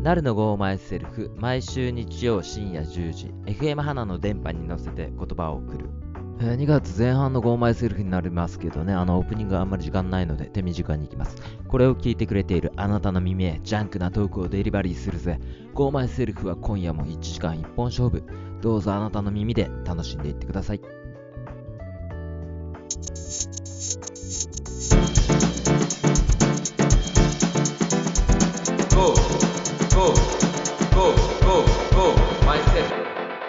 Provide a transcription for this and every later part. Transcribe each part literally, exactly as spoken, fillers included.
なるのゴーマイセルフ、毎週日曜深夜じゅうじ、エフエム 花の電波に乗せて言葉を送る。えーにがつぜん半のゴーマイセルフになりますけどね、あのオープニングはあんまり時間ないので手短に行きます。これを聞いてくれているあなたの耳へジャンクなトークをデリバリーするぜ。ゴーマイセルフは今夜もいちじかんいっぽん勝負。どうぞあなたの耳で楽しんでいってください。ゴーゴーゴーゴーゴーマイセルフ。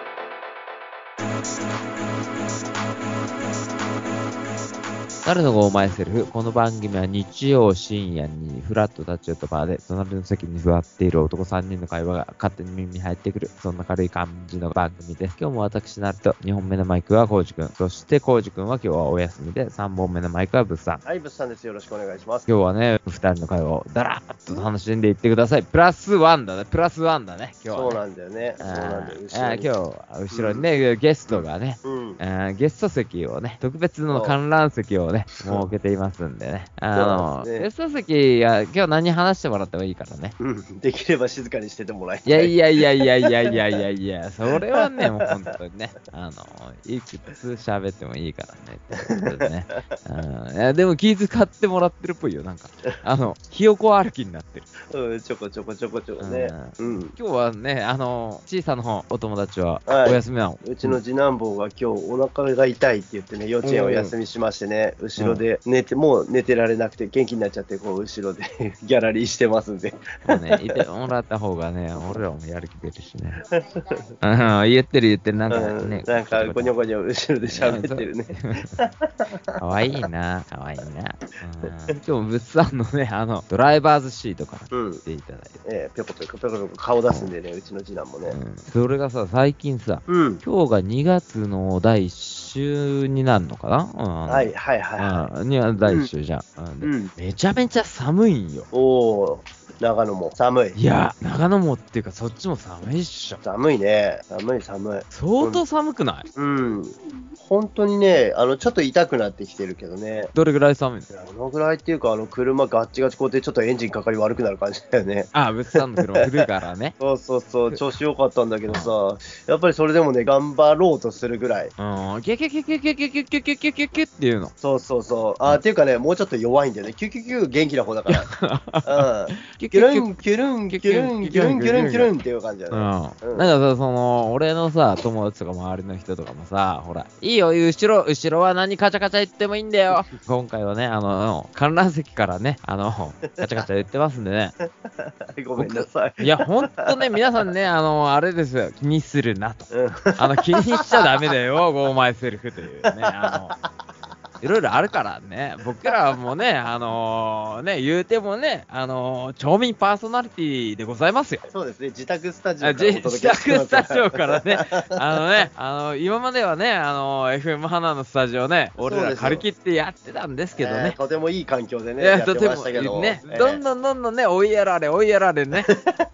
なるのゴーマイセルフ。この番組は日曜深夜にフラット立ち寄ったバーで隣の席に座っている男さんにんの会話が勝手に耳に入ってくる、そんな軽い感じの番組です。今日も私なるとにほんめのマイクはコウジ君、そしてコウジ君は今日はお休みでさんぼんめのマイクはブッさん。 はい、ブッさんです。よろしくお願いします。 今日はね、ふたりの会話をだらーっと楽しんでいってください。プラスワンだね、プラスワンだね、今日は、ね。 そうなんだよね。そうなんだよ。 ああ今日は後ろにね、うん、ゲストがね、うんあ、ゲスト席をね、特別の観覧席をね、設けていますんでね。あの、ね、ゲスト席は今日何話してもらってもいいからね。 うん、できれば静かにしててもらいたい。 いやいやいやいやいやいやいやいや、それはね、もう本当にね、あの、いくつ喋ってもいいからね。ってことでねうん、いやでも気遣ってもらってるっぽいよ、なんか。あの、ひよこ歩きになってる。 うん、ちょこちょこちょこちょこね。 うん。今日はね、あの、小さな方、お友達はお休みなの、はい、 うちの次男坊が今日お腹が痛いって言ってね、幼稚園を休みしましてね、後ろで寝て、もう寝てられなくて元気になっちゃって、こう後ろでギャラリーしてますんで。 もうね、いてもらった方がね、俺らもやる気出るしね。うん、言ってる言ってる、なんかね。 うん、なんかゴニョゴニョ後ろで喋ってるね。 かわいいな、かわいいな。うん、今日も物産のね、あの、ドライバーズシートから来ていただいて。 うん、ええー、ぴょこぴょこぴょこぴょこ顔出すんでね、うちの次男もね。 うん、それがさ、最近さ、うん、今日がにがつのだいいっ週になるのかな、うん、 はいはいはい、はい。 にはだいいっ週じゃん、うんうん。めちゃめちゃ寒いんよ。 おー。長野も寒い。 いや、長野もっていうかそっちも寒いっしょ。 寒いね。寒い寒い。 相当寒くない？ うん。うん、本当にね、あの、ちょっと痛くなってきてるけどね。 どれぐらい寒いの？ どのぐらいっていうか、あの、車ガッチガチこうやってちょっとエンジンかかり悪くなる感じだよね。 ああ、物産の車古いからね。 そうそうそう、調子良かったんだけどさ、やっぱりそれでもね、頑張ろうとするぐらい。 うん、キュキュキュキュキュキュキュキュキュキュキュキュっていうの。 そうそうそう。あ、っていうかね、もうちょっと弱いんだよね。キュキュキュ元気な方だから。うん。キュルン、キュルン、キュルン、キュルン、キュルン、キュルンっていう感じだね。 うん。なんかさ、その、俺のさ、友達とか周りの人とかもさ、ほら、いいよ、後ろ、後ろは何カチャカチャ言ってもいいんだよ。今回はね、あの、観覧席からね、あの、カチャカチャ言ってますんでね。 ごめんなさい。 いや、ほんとね、皆さんね、あの、あれですよ、気にするなと。あの、気にしちゃダメだよ、ゴーマイセルフというね、あの、いろいろあるからね、僕らもね、あのー、ね、言うてもね、あのー、町民パーソナリティでございますよ。 そうですね、自宅スタジオからお届けしてます。 自宅スタジオからね、あのね、あのー、今まではね、あのー、エフエム 花のスタジオね、俺ら借り切ってやってたんですけどね。 えー、とてもいい環境でね、やってましたけどね、えー、どんどんどんどんね、追いやられ、追いやられね。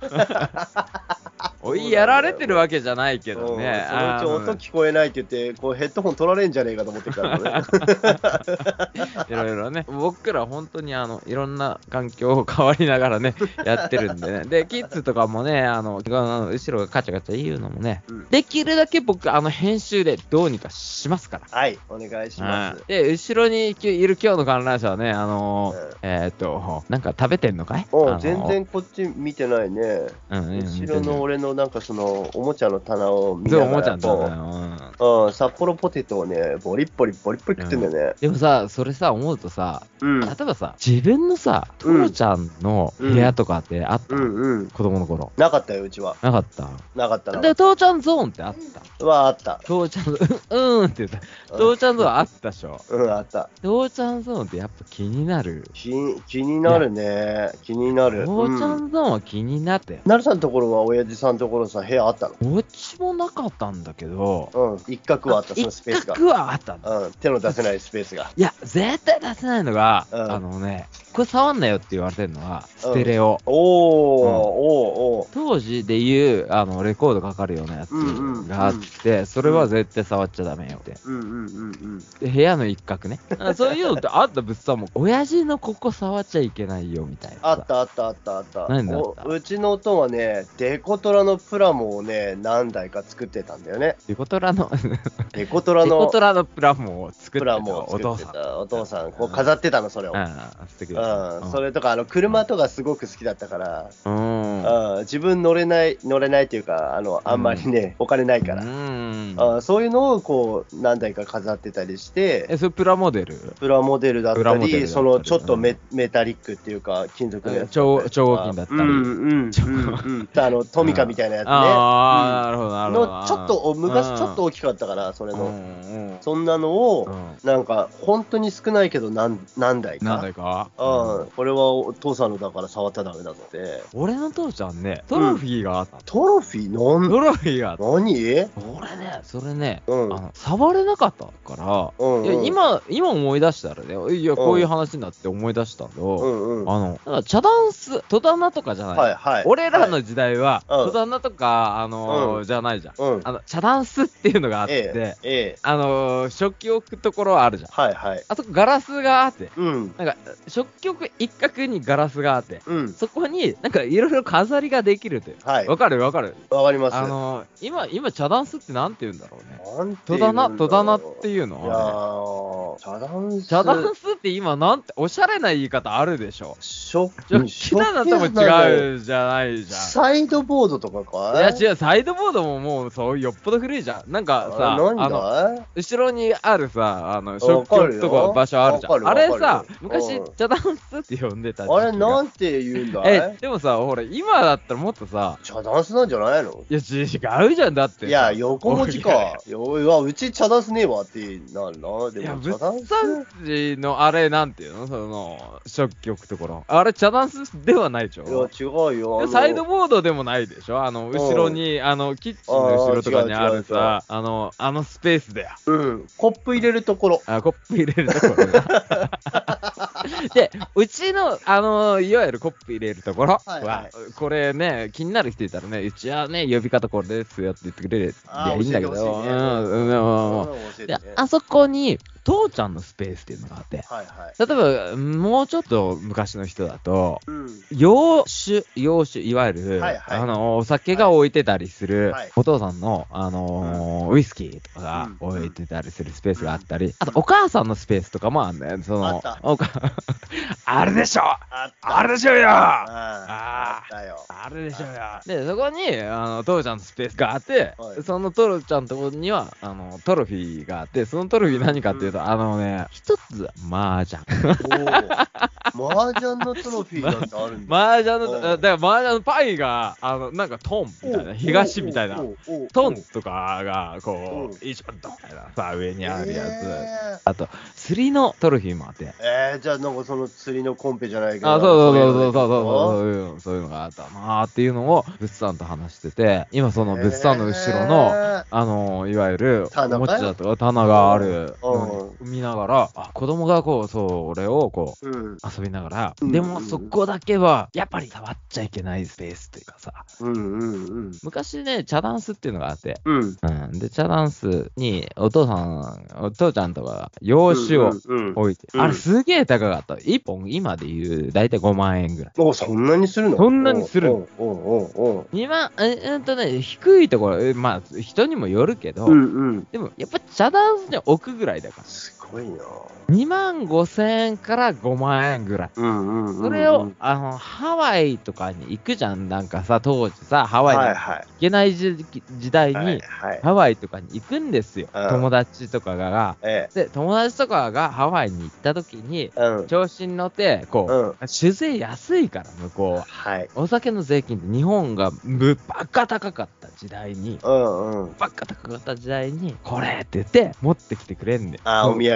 追いやられてるわけじゃないけどね。 そのうち音聞こえないって言って、こうヘッドホン取られんじゃねえかと思ってからね。 いろいろね、僕ら本当にあのいろんな環境を変わりながらね、やってるんでね。で、キッズとかもね、あの、後ろがカチャカチャ言うのもね、うん、できるだけ僕、あの、編集でどうにかしますから。 はい、お願いします。 で、後ろにいる今日の観覧車はね、あのー、うん、えー、っと、なんか食べてんのかい？ お全然こっち見てないね。うん、後ろの俺のなんかそのおもちゃの棚を見ながら、おもちゃの棚、うん、札幌ポテトをねボリッポリボリッポリ食ってんだよね、 うん、でもさそれさ思うとさ、うん、例えばさ自分のさ父ちゃんの部屋とかってあった、うんうん、子供の頃なかったようちは。 なかったなかったな。 で父ちゃんゾーンってあったはあった。 父ちゃんうんうんって言った父ちゃんゾーンあったでしょ。 うんあった。 父ちゃんゾーンってやっぱ気になる。 気気になるね。気になる。 父ちゃんゾーンは気になって、 なるさんのところは親父さんのところさ部屋あったの？ うちもなかったんだけど、 うん、 一角はあった、そのスペースが。 一角はあったんだ。 うん、手の出せないスペースが。 いや、絶対出せないのが、 うん、 あのね、これ触んなよって言われてるのは、ステレオ。 うん、おー、うん、おー、おー。 当時で言う、あの、レコードかかるようなやつがあって、うんうん、それは絶対触っちゃダメよって。うんうんうんうん。で、部屋の一角ね。そういうのってあった物産も、親父のここ触っちゃいけないよみたいな。 あったあったあったあった。 何だった？ うちの音はね、デコトラのプラモをね、何台か作ってたんだよね。 デコトラのデコトラのデコトラのプラモを作ってたお父さん。お父さん、こう飾ってたの、それを。 うん、素敵だ。 うん、それとか、あの、車とかすごく好きだったから、 うん、 うん、自分乗れない、乗れないっていうか、あの、あんまりね、うん、お金ないから、うん、あ、そういうのをこう、何台か飾ってたりして、 え、それプラモデルプラモデルだったり、その、ちょっとメ、うん、メタリックっていうか、金属のやつ。 超、超合金だったり。うん、 うん、うん、あの、トミカみたいなやつね。 ああ、なるほど、なるほど。 の、ちょっと、昔ちょっと大きかったから、それの。そんなのを、なんか、本当に少ないけど、何、何台か。 何台かうん。これはお父さんのだから触ったらダメだって。 俺の父ちゃんね、トロフィーがあった。 トロフィーなんトロフィーがあった。 何？ 俺ね、それね、あの、触れなかったから、いや、今、今思い出したらね、いや、こういう話になって思い出したんだけど、あの、なんか茶ダンス、戸棚とかじゃない。はいはい。俺らの時代は、戸棚とか、あの、じゃないじゃん。あの、茶ダンスっていうのがあって、あの、食器置くところあるじゃん。はいはい。あそこガラスがあって、なんか、食器置く一角にガラスがあって、そこになんかいろいろ飾りができるという。はい。わかるわかる。 わかります。 あの、今、今、茶ダンスってなんて言うんだろうね。戸棚、戸棚っていうの？ いやー、茶ダンス。 茶ダンスって今なんて、おしゃれな言い方あるでしょ。 食器棚とも違うじゃないじゃん。 サイドボードとかか？ いや違う、サイドボードももうそうよっぽど古いじゃん。なんかさ、あの、後ろにあるさ、あの、食器とか場所あるじゃん。あれさ、昔、茶ダンスって呼んでたじゃん。 あれなんて言うんだ？ え、でもさ、ほら、今だったらもっとさ、 茶ダンスなんじゃないの？ いや、違うじゃん、だって。 いや、横文字か。いや、うち茶ダンスねえわってなるな。でも、茶ダンス。 物産地のあれ、なんていうの？その、食器置くところ。あれ、茶ダンスではないでしょ？ いや、違うよ。 サイドボードでもないでしょ？あの、後ろに、あの、キッチンの後ろとかにあるさ、あの、あのスペースだよ。 うん。コップ入れるところ。 あ、コップ入れるところだ。で、うちの、あの、いわゆるコップ入れるところは、はいはい、これね、気になる人いたらね、うちはね、呼び方これですよって言ってくれるいやいいんだけど、ね、うん、うん、うん。で、あそこに、父ちゃんのスペースっていうのがあって、はいはい、例えば、もうちょっと昔の人だと、うん、洋酒、洋酒、いわゆる、はいはい、あの、お酒が置いてたりする、はい、お父さんの、あのー、ウイスキーとかが置いてたりするスペースがあったり、うん、あと、お母さんのスペースとかもあるんだよ。その、あ, おかあれでしょ あ, あれでしょよ あ, あ, あ, あれでしょよで、そこに、あの、父ちゃんのスペースがあって、はい、その父ちゃんのところには、あの、トロフィーがあって、そのトロフィー何かっていうと、うん、あのね、一つ、麻雀。 麻雀のトロフィーなんてあるんだ。 麻雀の、だから麻雀のパイが、あの、なんかトンみたいな、東みたいな、トンとかが、こう、一番ドンみたいな、さ、上にあるやつ。えー、あと、釣りのトロフィーもあって。 えー、じゃあなんかその釣りのコンペじゃないけど。 あ、そうそうそうそうそうそう、そういうのがあったなーっていうのを、物産と話してて、今その物産の後ろの、えー、あの、いわゆる、おもちゃとか棚があるのに見ながら、あ、子供がこう、それをこう、うん、遊びながら、うん、でもそこだけは、やっぱり触っちゃいけないスペースっていうかさ、うんうんうん、昔ね、茶ダンスっていうのがあって、うん、うん、で、茶ダンスに、お父さん、お父ちゃんとかが、洋酒を置いて、うんうんうん、あれすげえ高かった。いっぽん今で言う、だいたいごまんえんぐらい。 お、そんなにするの？ そんなにするの。おおおおにまん、えー、っとね、低いところ、まあ、人にもよるけど、うんうん、でも、やっぱ茶ダンスに置くぐらいだから。 すごいな。 にまんごせんえんからごまんえんぐらい。うんうんうんうん、それを、あの、ハワイとかに行くじゃん。なんかさ、当時さ、ハワイに行けない時代に、はいはい、ハワイとかに行くんですよ。はいはい、友達とかが、ええ。で、友達とかがハワイに行った時に、うん、調子に乗って、こう、うん、酒税安いから、向こうは。はい。お酒の税金って日本がぶばっか高かった時代に、うんうん、ばっか高かった時代に、これって言って持ってきてくれんねん。 あ、お土産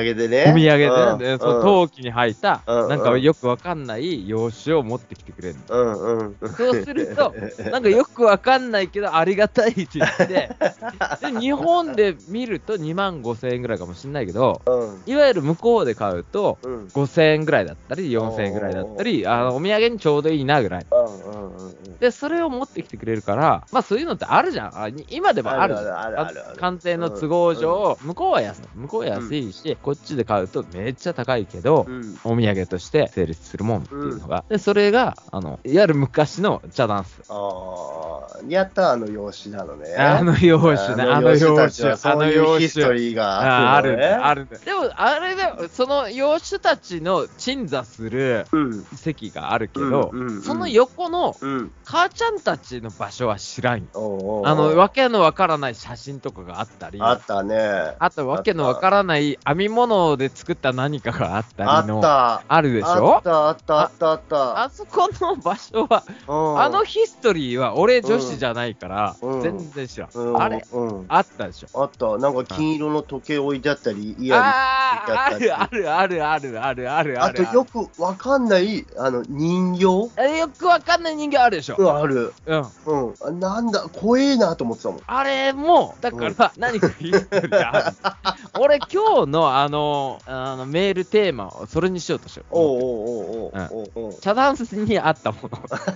産でね。 お土産でね、 うんでその陶器に入った、 うんなんかよくわかんない洋酒を持ってきてくれるの。 うんうん。 そうすると、なんかよくわかんないけど、ありがたいって言って、で、日本で見るとにまんごせんえんぐらいかもしんないけど、 うん。 いわゆる向こうで買うと、 うんごせんえんぐらいだったり、よんせんえんぐらいだったり、あの、お土産にちょうどいいなぐらい。 うんうんうんうん。 で、それを持ってきてくれるから、まあそういうのってあるじゃん。あ今でもあるじゃん。 あるあるあるある関税の都合上、向こうは安い。向こうは安いし、こっちで買うとめっちゃ高いけど、 うん。 お土産として成立するもんっていうのが。で、それが、あの、いわゆる昔の茶ダンス。 ああ、やったあの用紙なのね。 あの用紙ね、あの用紙。 あの用紙。ヒストリーがあるね。あるね。でも、あれで、その養子たちの鎮座する席があるけど、その横の母ちゃんたちの場所は知らんよ。あの、わけのわからない写真とかがあったり、 あったね。 あと、わけのわからない編み物で作った何かがあったりの、 あった。 あるでしょ？ あったあったあったあった。 あそこの場所は、あのヒストリーは俺女子じゃないから、全然知らん。あれ、あったでしょ？ あった。なんか金色の時計置いてあったり、イヤリンああ、あるあるあるあるあるあるあとよくわかんない、あの、人形あれよくわかんない人形あるでしょ？ うん、ある。 うん。 うん。なんだ、怖えなと思ってたもん。 あれも、だから、何かヒストリーがある。俺、今日のあの、あの、メールテーマをそれにしようとしよう。 おうおうおうおうおう。 茶ダンスにあったもの。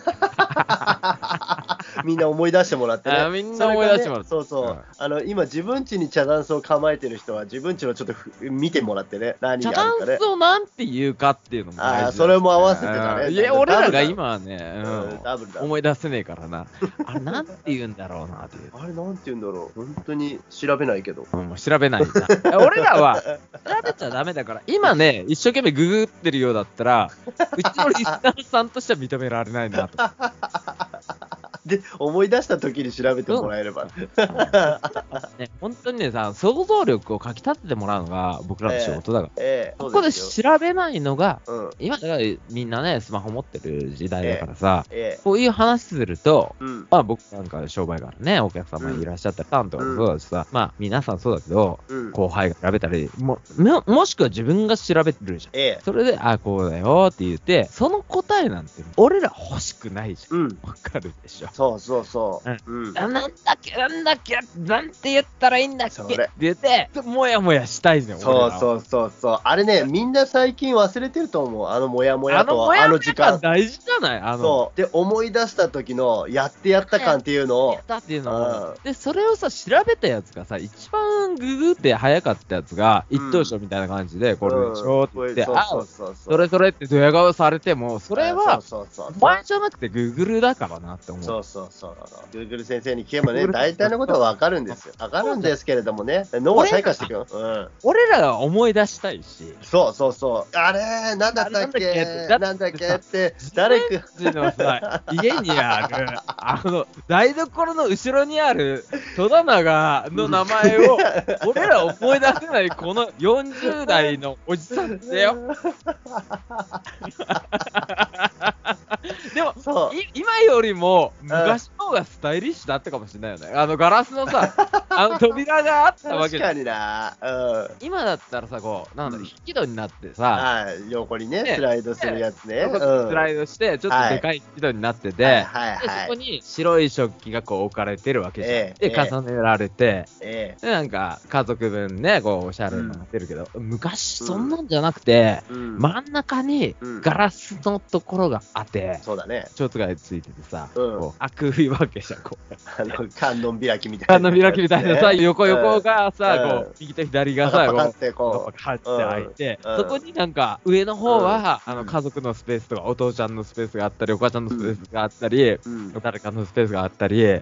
みんな思い出してもらってね。 みんな思い出してもらって。 そうそう。あの、今、自分家に茶ダンスを構えてる人は、自分家のちょっと見てもらってね。何があるかね。 茶ダンスをなんて言うかっていうのも大事。 ああ、それも合わせてたね。 いや、俺らが今はね、 うん、 思い出せねえからな。あれ、なんて言うんだろうなっていう。 あれ、なんて言うんだろう。本当に調べないけど。 うん、調べないんだ。俺らは、調べちゃダメだから、今ね、一生懸命ググってるようだったら、うちのリスナーさんとしては認められないなと。 で、思い出した時に調べてもらえれば。 ね、本当にね、さ、想像力をかき立ててもらうのが僕らの仕事だから。 ええええ、 ここで調べないのが、 うん、 今だからみんなね、スマホ持ってる時代だからさ、 ええ、 こういう話すると、 うん、 まあ僕なんか商売からね、お客様いらっしゃったり、担当もそうだしさ、うん、まあ皆さんそうだけど、うん、後輩が調べたり、も, もしくは自分が調べてるじゃん。ええ、それで、あ、こうだよって言って、その答えなんて、俺ら欲しくないじゃん。わ、うん、かるでしょ。 そうそうそう。 うん、なんだっけ、なんだっけ、なんて言ったらいいんだっけって言って、もやもやしたいじゃん。 そうそうそうそう。あれね、みんな最近忘れてると思う。あのもやもやと、あの時間。 大事じゃないあの。 そう。で、思い出した時の、やってやった感っていうのを。 やったっていうのを。で、それをさ、調べたやつがさ、一番ググって早かったやつが、一等賞みたいな感じで、これでしょって言って、あ、それそれってドヤ顔されても、それは、お前じゃなくてグーグルだからなって思う。 そうそうそう。グーグル先生に聞けばね、大体のことはわかるんですよ。わかるんですけれどもね、脳は退化していくよ。うん。 俺らが思い出したいし。 そうそうそう。あれなんだったっけなんだっけって、誰か。 のさ、家にある、あの、台所の後ろにある戸棚の名前を、俺ら思い出せないこのよんじゅう代のおじさんだよ。でも今よりも昔の方がスタイリッシュだったかもしれないよね。あのガラスのさ、あの扉があったわけ確かにな、うん、 今だったらさ、こうなんだろう、引き戸になってさ、 はい、横にね、ねスライドするやつね、 うん、スライドしてちょっとでかい引き戸になってて、はいはいはい、でそこに白い食器がこう置かれてるわけじゃん、えー、で重ねられて、えー、でなんか家族分ねこうおしゃれになってるけど、うん、昔そんなんじゃなくて、うん、真ん中にガラスのところがあって、うん、 そうだね、 蝶がついててさ、うん、こう開くわけじゃん、こうあの観音開きみたいな、 観音開きみたいなさ、横横がさ、うん、こう右と左がさ、 パカってこうパカって開いて、うん、そこになんか上の方は、うん、あの家族のスペースとかお父ちゃんのスペースがあったり、お母ちゃんのスペースがあったり、うん、誰かのスペースがあったり。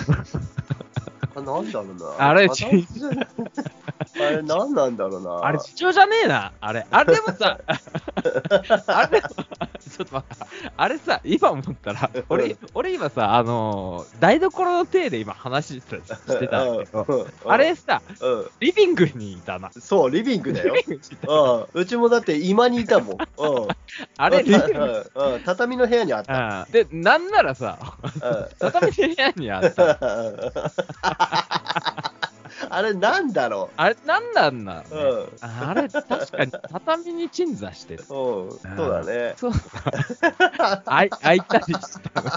なんだろうな。 あれ、 あれ、なんなんだろうな。 あれ、父親じゃねえな。あれ、あれでもさ、あれ、ちょっと待った。あれさ、今思ったら、俺、俺今さ、あのー、台所の手で今話してたしてたんだけど、あれさ、リビングにいたな。 そう、リビングだよ。うん、うちもだって今にいたもん。うん、 あれ、リビング、 うん、畳の部屋にあった。 で、なんならさ、畳の部屋にあった。 あれなんだろう。 あれなんなんだろう、ね、 うん、 あれ確かに畳に鎮座してる。 うん、そうだね。 そうだ。あい開いたりしたの。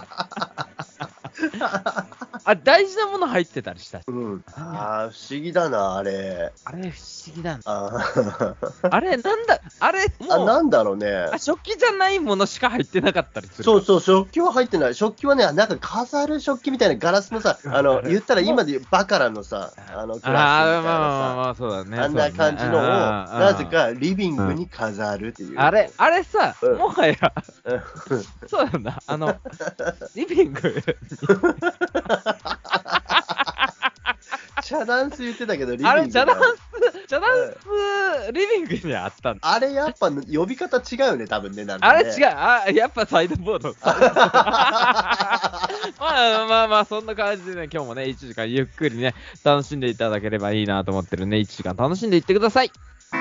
あ、大事なもの入ってたりした。 うん。ああ、不思議だな、あれ。 あれ不思議だな。 あ, あれなんだ、あれもうあ、なんだろうね。 あ、食器じゃないものしか入ってなかったりする。 そうそう、食器は入ってない。食器はね、なんか飾る食器みたいなガラスのさ、あの、言ったら今でバカラのさ、あの、クラスみたいなさ。あ、 まあまあまあ、そうだね。 あんな感じのを、なぜかリビングに飾るっていう。 あれ、あれさ、 うん、 もはや、そうなんだ。あの、リビングに。 チャダンス言ってたけど、リビング。 あれ、チャダンス、チャダンス、リビングにあったんだ。 あれ、やっぱ呼び方違うよね、多分ね。なんかね、あれ違う、あ、やっぱサイドボード。まあまあまあ、そんな感じでね、今日もね、いちじかんゆっくりね、楽しんでいただければいいなと思ってるんで、いちじかん楽しんでいってください。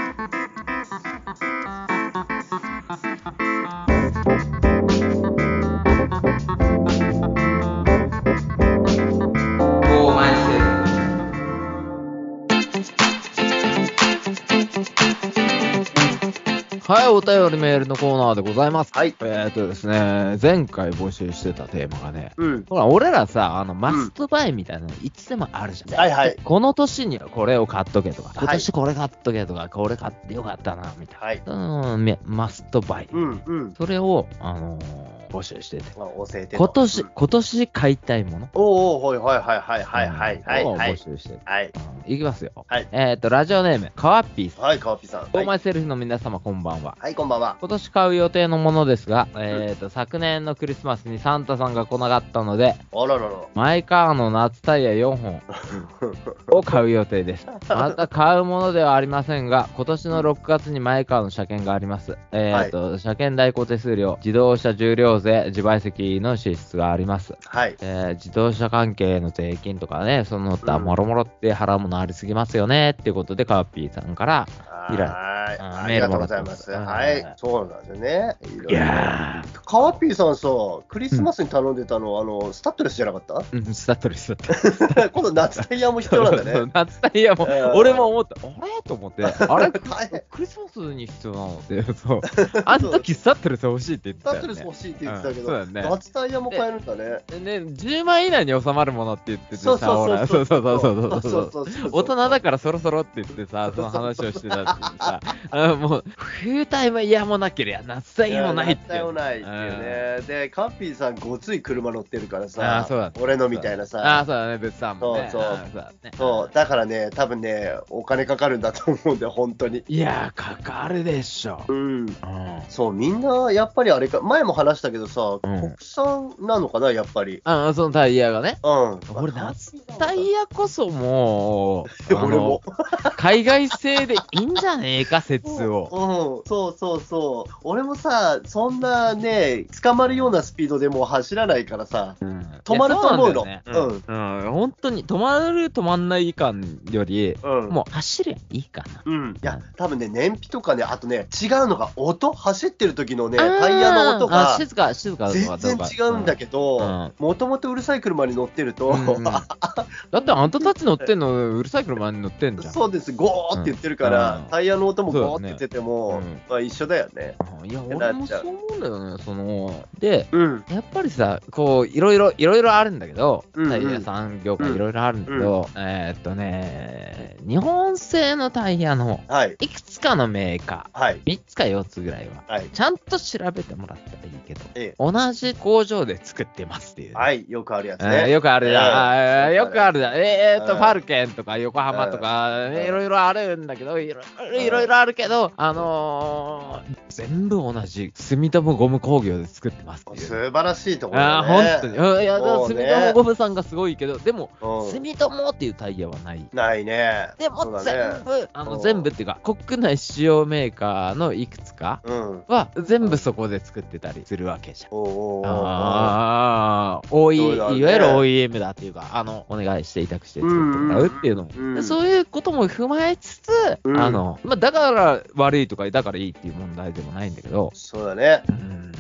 はい、お便りメールのコーナーでございます。 はい。 えーっとですね、前回募集してたテーマがね、 うん。 ほら、俺らさ、あの、マストバイみたいなのいつでもあるじゃん。 はいはい。 この年にはこれを買っとけとか、今年これ買っとけとか、これ買ってよかったな、みたいな。はい。うん、マストバイ。 うんうん。 それを、あのー、募集してて。 教えて。 今年、今年買いたいもの。 おお、はいはいはいはいはいはいはい。 を募集してて。 はい。 いきますよ。 はい。 えーっと、ラジオネーム、かわっぴーさん。 はい、かわっぴーさん。 オーマイセルフの皆様、こんばんは。 はい、こんばんは。 今年買う予定のものですが、えーと、昨年のクリスマスにサンタさんが来なかったので、 あららら。 マイカーの夏タイヤよんほんを買う予定です。また買うものではありませんが、今年のろくがつにマイカーの車検があります。えーと、はい、車検代行手数料、自動車重量税、自賠責の支出があります。 はい。 えー、自動車関係の税金とかね、その他もろもろって払うものありすぎますよね、っていうことで、カーピーさんから依頼。 はい。ありがとうございます。はい。そうなんですよね。 いやー。カワピーさんさ、クリスマスに頼んでたの、うん、あの、スタッドレスじゃなかった？ うん、スタッドレスだった。 今度夏タイヤも必要なんだね。 夏タイヤも、俺も思った。あれと思って。あれクリスマスに必要なのって、そう。あの時スタッドレス欲しいって言ってたよね。 スタッドレス欲しいって言ってたけど、 うん、そうだね、 夏タイヤも買えるんだね。 で、ね、じゅうまん以内に収まるものって言っててさ、 そうそうそうそうそうそうそうそうそう。大人だからそろそろって言ってさ、その話をしてたってさ、あもう、冬タイヤイヤもなければ夏タイヤもないって。 夏タイヤもないっていうね。で、カッピーさんごつい車乗ってるからさ、 あそうだ俺のみたいなさ。 ああ、そうだね、別さんもね。 そうそう。 そうだね。 そう、だからね、多分ね、お金かかるんだと思うんだよ、本当に。 いやー、かかるでしょ。 うん。うん、そう、みんな、やっぱりあれか、前も話したけどさ、うん、国産なのかな、やっぱり。 ああ、そのタイヤがね。 うん。 俺、夏タイヤこそもう、 俺も。 海外製でいいんじゃねえか、説を。 うん、そうそうそう。俺もさ、そんなね、捕まるようなスピードでもう走らないからさ、うん、止まると思うの。 うね、うん、うん。本当に、止まる、止まんない感より、うん、もう走りゃいいかな。 うん。いや、多分ね、燃費とかね、あとね、違うのが音、走ってる時のね、タイヤの音が、 静か、静か全然違うんだけど、もともとうるさい車に乗ってると、うんうん、 だってあんたたち乗ってんの、うるさい車に乗ってんじゃん。 そうです、ゴーって言ってるから、うん、タイヤの音もゴーって言ってても、ね、まあ一緒だよね。 いや、俺もそう思うんだよね、その、で、うん、やっぱりさ、こう、いろいろ、いろいろあるんだけど、うんうん、タイヤ産業界いろいろあるんだけど、うんうん、えー、っとね、日本製のタイヤの、いくつかのメーカー、はい、みっつかよっつぐらいは、はい、ちゃんと調べてもらったらいいけど、ええ、同じ工場で作ってますっていう。 はい、よくあるやつね。 よくあるや、えー、よくあるや。えー、っと、ファルケンとか横浜とか、いろいろあるんだけど、いろいろいろあるけど、あのー、全部同じ住友ゴム工業で作ってますっていう。 素晴らしいところだね。 あ、本当に。いや、住友ゴムさんがすごいけど、でも、住友っていうタイヤはない。 ないね。 でも全部、ね、あの、全部っていうか、国内主要メーカーのいくつかは、全部そこで作ってたりするわけじゃん。 おーああ、おい、いわゆる オーイーエム だっていうか、あの、お願いして委託して作ってもらうっていうのも、うんうん、そういうことも踏まえつつ、うん、あの、まあ、だから悪いとか、だからいいっていう問題でもないんだけど、 そうだね。 うんうん、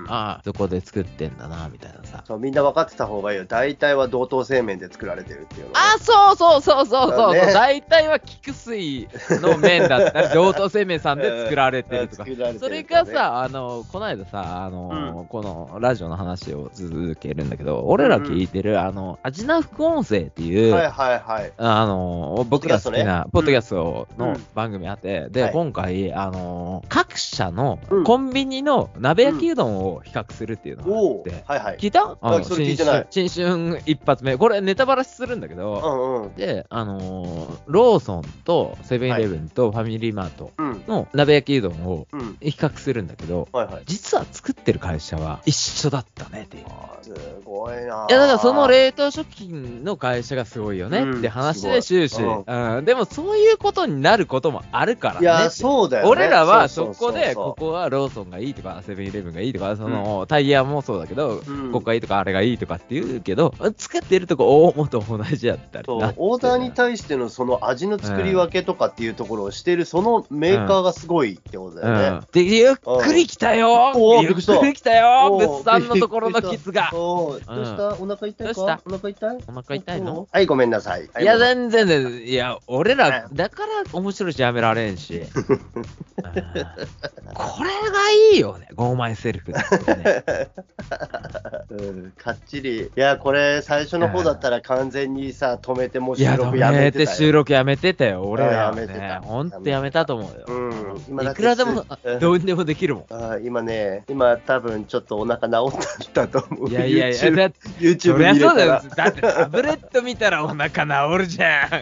ああ、そこで作ってんだな、みたいなさ。 そう、みんな分かってた方がいいよ。大体は同等製麺で作られてるっていうの。 あ、そうそうそうそうそう、 ね、 大体は菊水の麺だったり、同等製麺さんで作られてるとか。ね、それがさ、あの、この間さ、あの、うん、このラジオの話を続けるんだけど、俺ら聞いてる、うん、あの、アジナ副音声っていう、 はいはいはい。 あの、僕が好きなポッドキャストの番組あって、うん、で、はい、今回、あの、各社のコンビニの鍋焼きうどんを比較するっていうのがあって、うん、はいはい、聞いた？ あ、それ聞いてない。 新春一発目。これネタバラシするんだけど、うんうん、で、あのー、ローソンとセブンイレブンとファミリーマートの鍋焼きうどんを比較するんだけど、うんはいはい、実は作ってる会社は一緒だったねっていう。 すごいな。いや、 だからその冷凍食品の会社がすごいよねって話で終始、うんうん、でもそういうことになることもあるからね。 いや、そうだよね。 俺らはそこで、ここはローソンがいいとか、セブンイレブンがいいとか、その、うん、タイヤもそうだけど、うん、ここがいいとか、あれがいいとかって言うけど、作ってるとこ大元同じやったりそう。オーダーに対してのその味の作り分けとかっていうところをしてる、そのメーカーがすごいってことだよね。うんうん、 で、ゆっくり来たよ、うん、ゆっくり来たよ、物産のところの傷が。 どうしたお腹痛いか？お腹痛い？ お腹痛いの？ はい、ごめんなさい。 いや、全然全然。いや、俺ら、だから面白いしやめられんし。これがいいよね、ゴーマイセルフだってね。 うん、かっちり。いや、これ最初の方だったら完全にさ、止めてもう収録やめてたよ。 いや、止めて収録やめてたよ、俺らはね。ほんとやめたと思うよ。うん。今だっていくらでも、どうにでもできるもん。 あ、今ね、今多分ちょっとお腹治ったんだと思う。 いやいやいや、だって、 YouTube そりゃそうだよ。だってタブレット見たらお腹治るじゃん。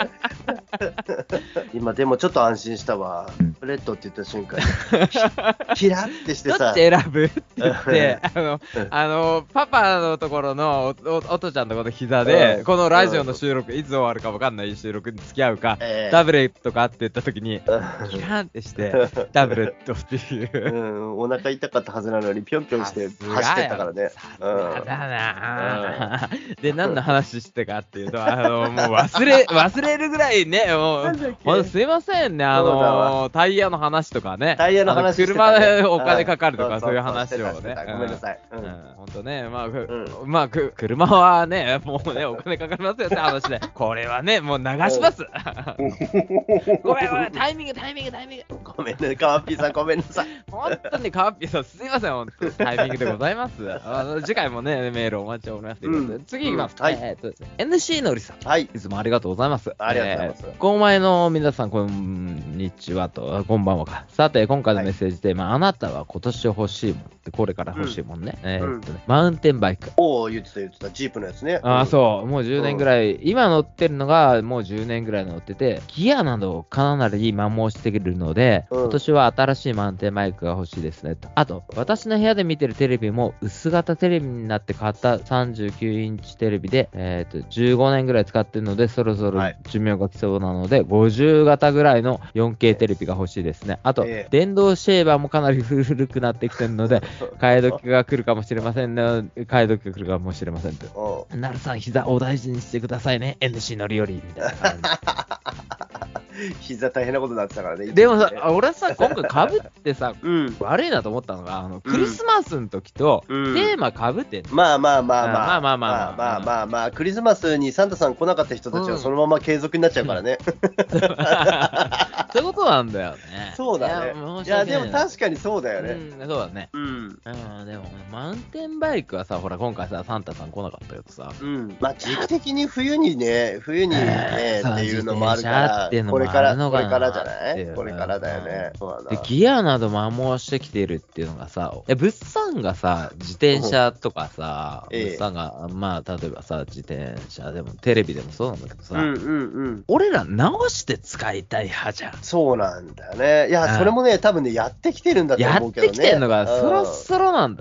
今でもちょっと安心したわ。タブレットって言った瞬間キラッてしてさ、 どっち選ぶって言ってあのあのパパのところの お, お, おとちゃんのところの膝で、うん、このラジオの収録、うん、いつ終わるか分かんない収録に付き合うか、えー、タブレットかって言った時にキラーンってしてタブレットっていう、 うん、お腹痛かったはずなのにピョンピョンして走ってたからね。 さすがだな、うん、で何の話してかっていうと、あのもう忘れ忘れるぐらいね、もうすいませんね、あのタイヤの話とかね、 タイヤの話してた、ね、車でお金かかるとかそういう話をね、 ごめんなさい。 うん、ほんとね、まあ、うん、まあ、車はね、もうね、お金かかりますよって話で、これはね、もう流します。ごめんごめん、タイミング、タイミング、タイミング。 ごめんね、カワッピーさん、ごめんなさい。 ほんとにカワッピーさん、すいません、ほんと、タイミングでございます。あの次回もね、メールお待ちしております。うん、次いきます。うん、はい。えー、っと、エヌシー のりさん。はい。いつもありがとうございます。 ありがとうございます。えー、 こんまえの皆さん、こんにちはと、こんばんはか。さて、今回のメッセージテーマ、はい、あなたは今年欲しいもんって、これから欲しいもんね。うん、えー、っとね、マウンテンバイク。 おお、言ってた言ってた、ジープのやつね。 ああ、そう、もうじゅうねんぐらい、うん、今乗ってるのがもうじゅうねんぐらい乗ってて、ギアなどかなり摩耗してくるので、うん、今年は新しいマウンテンバイクが欲しいですねと。あと、私の部屋で見てるテレビも薄型テレビになって買ったさんじゅうきゅうインチテレビで、えー、とじゅうごねんぐらい使ってるので、そろそろ寿命が来そうなので、はい、ごじゅう型ぐらいの よんケー テレビが欲しいですね。あと、えー、電動シェーバーもかなり古くなってきてるので、替え時が来るかもしれませんね。替え時が来るかもしれませんと。なるさん、膝お大事にしてくださいね。エヌシー 乗りよりみたいな感じ。 膝大変なことになってたからね。 でもさ、俺さ、今回かぶってさ、うん、悪いなと思ったのが、あのクリスマスの時とテーマかぶってんの、 うん、まあまあまあまあまあまあまあまあまあまあ、クリスマスにサンタさん来なかった人たちはそのまま継続になっちゃうからね。 そういうことなんだよね。 そうだね。いや、いやでも確かにそうだよね。 うん、そうだね。うん。うん、でも、マウンテンバイクはさ、ほら、今回さ、サンタさん来なかったけどさ。 うん。まあ、時期的に冬にね、冬にね、っていうのもあるから、これから、これからじゃないこれからだよね。そうだな。 で、ギアなど摩耗してきてるっていうのがさ、え、物産がさ、自転車とかさ、物産が、まあ、例えばさ、自転車でも、テレビでもそうなんだけどさ、うんうんうん。俺ら直して使いたい派じゃん。 そうなんだよね。いや、それもね、多分ね、やってきてるんだと思うけどね。 やってきてるのが、そろそろなんだ。そろそ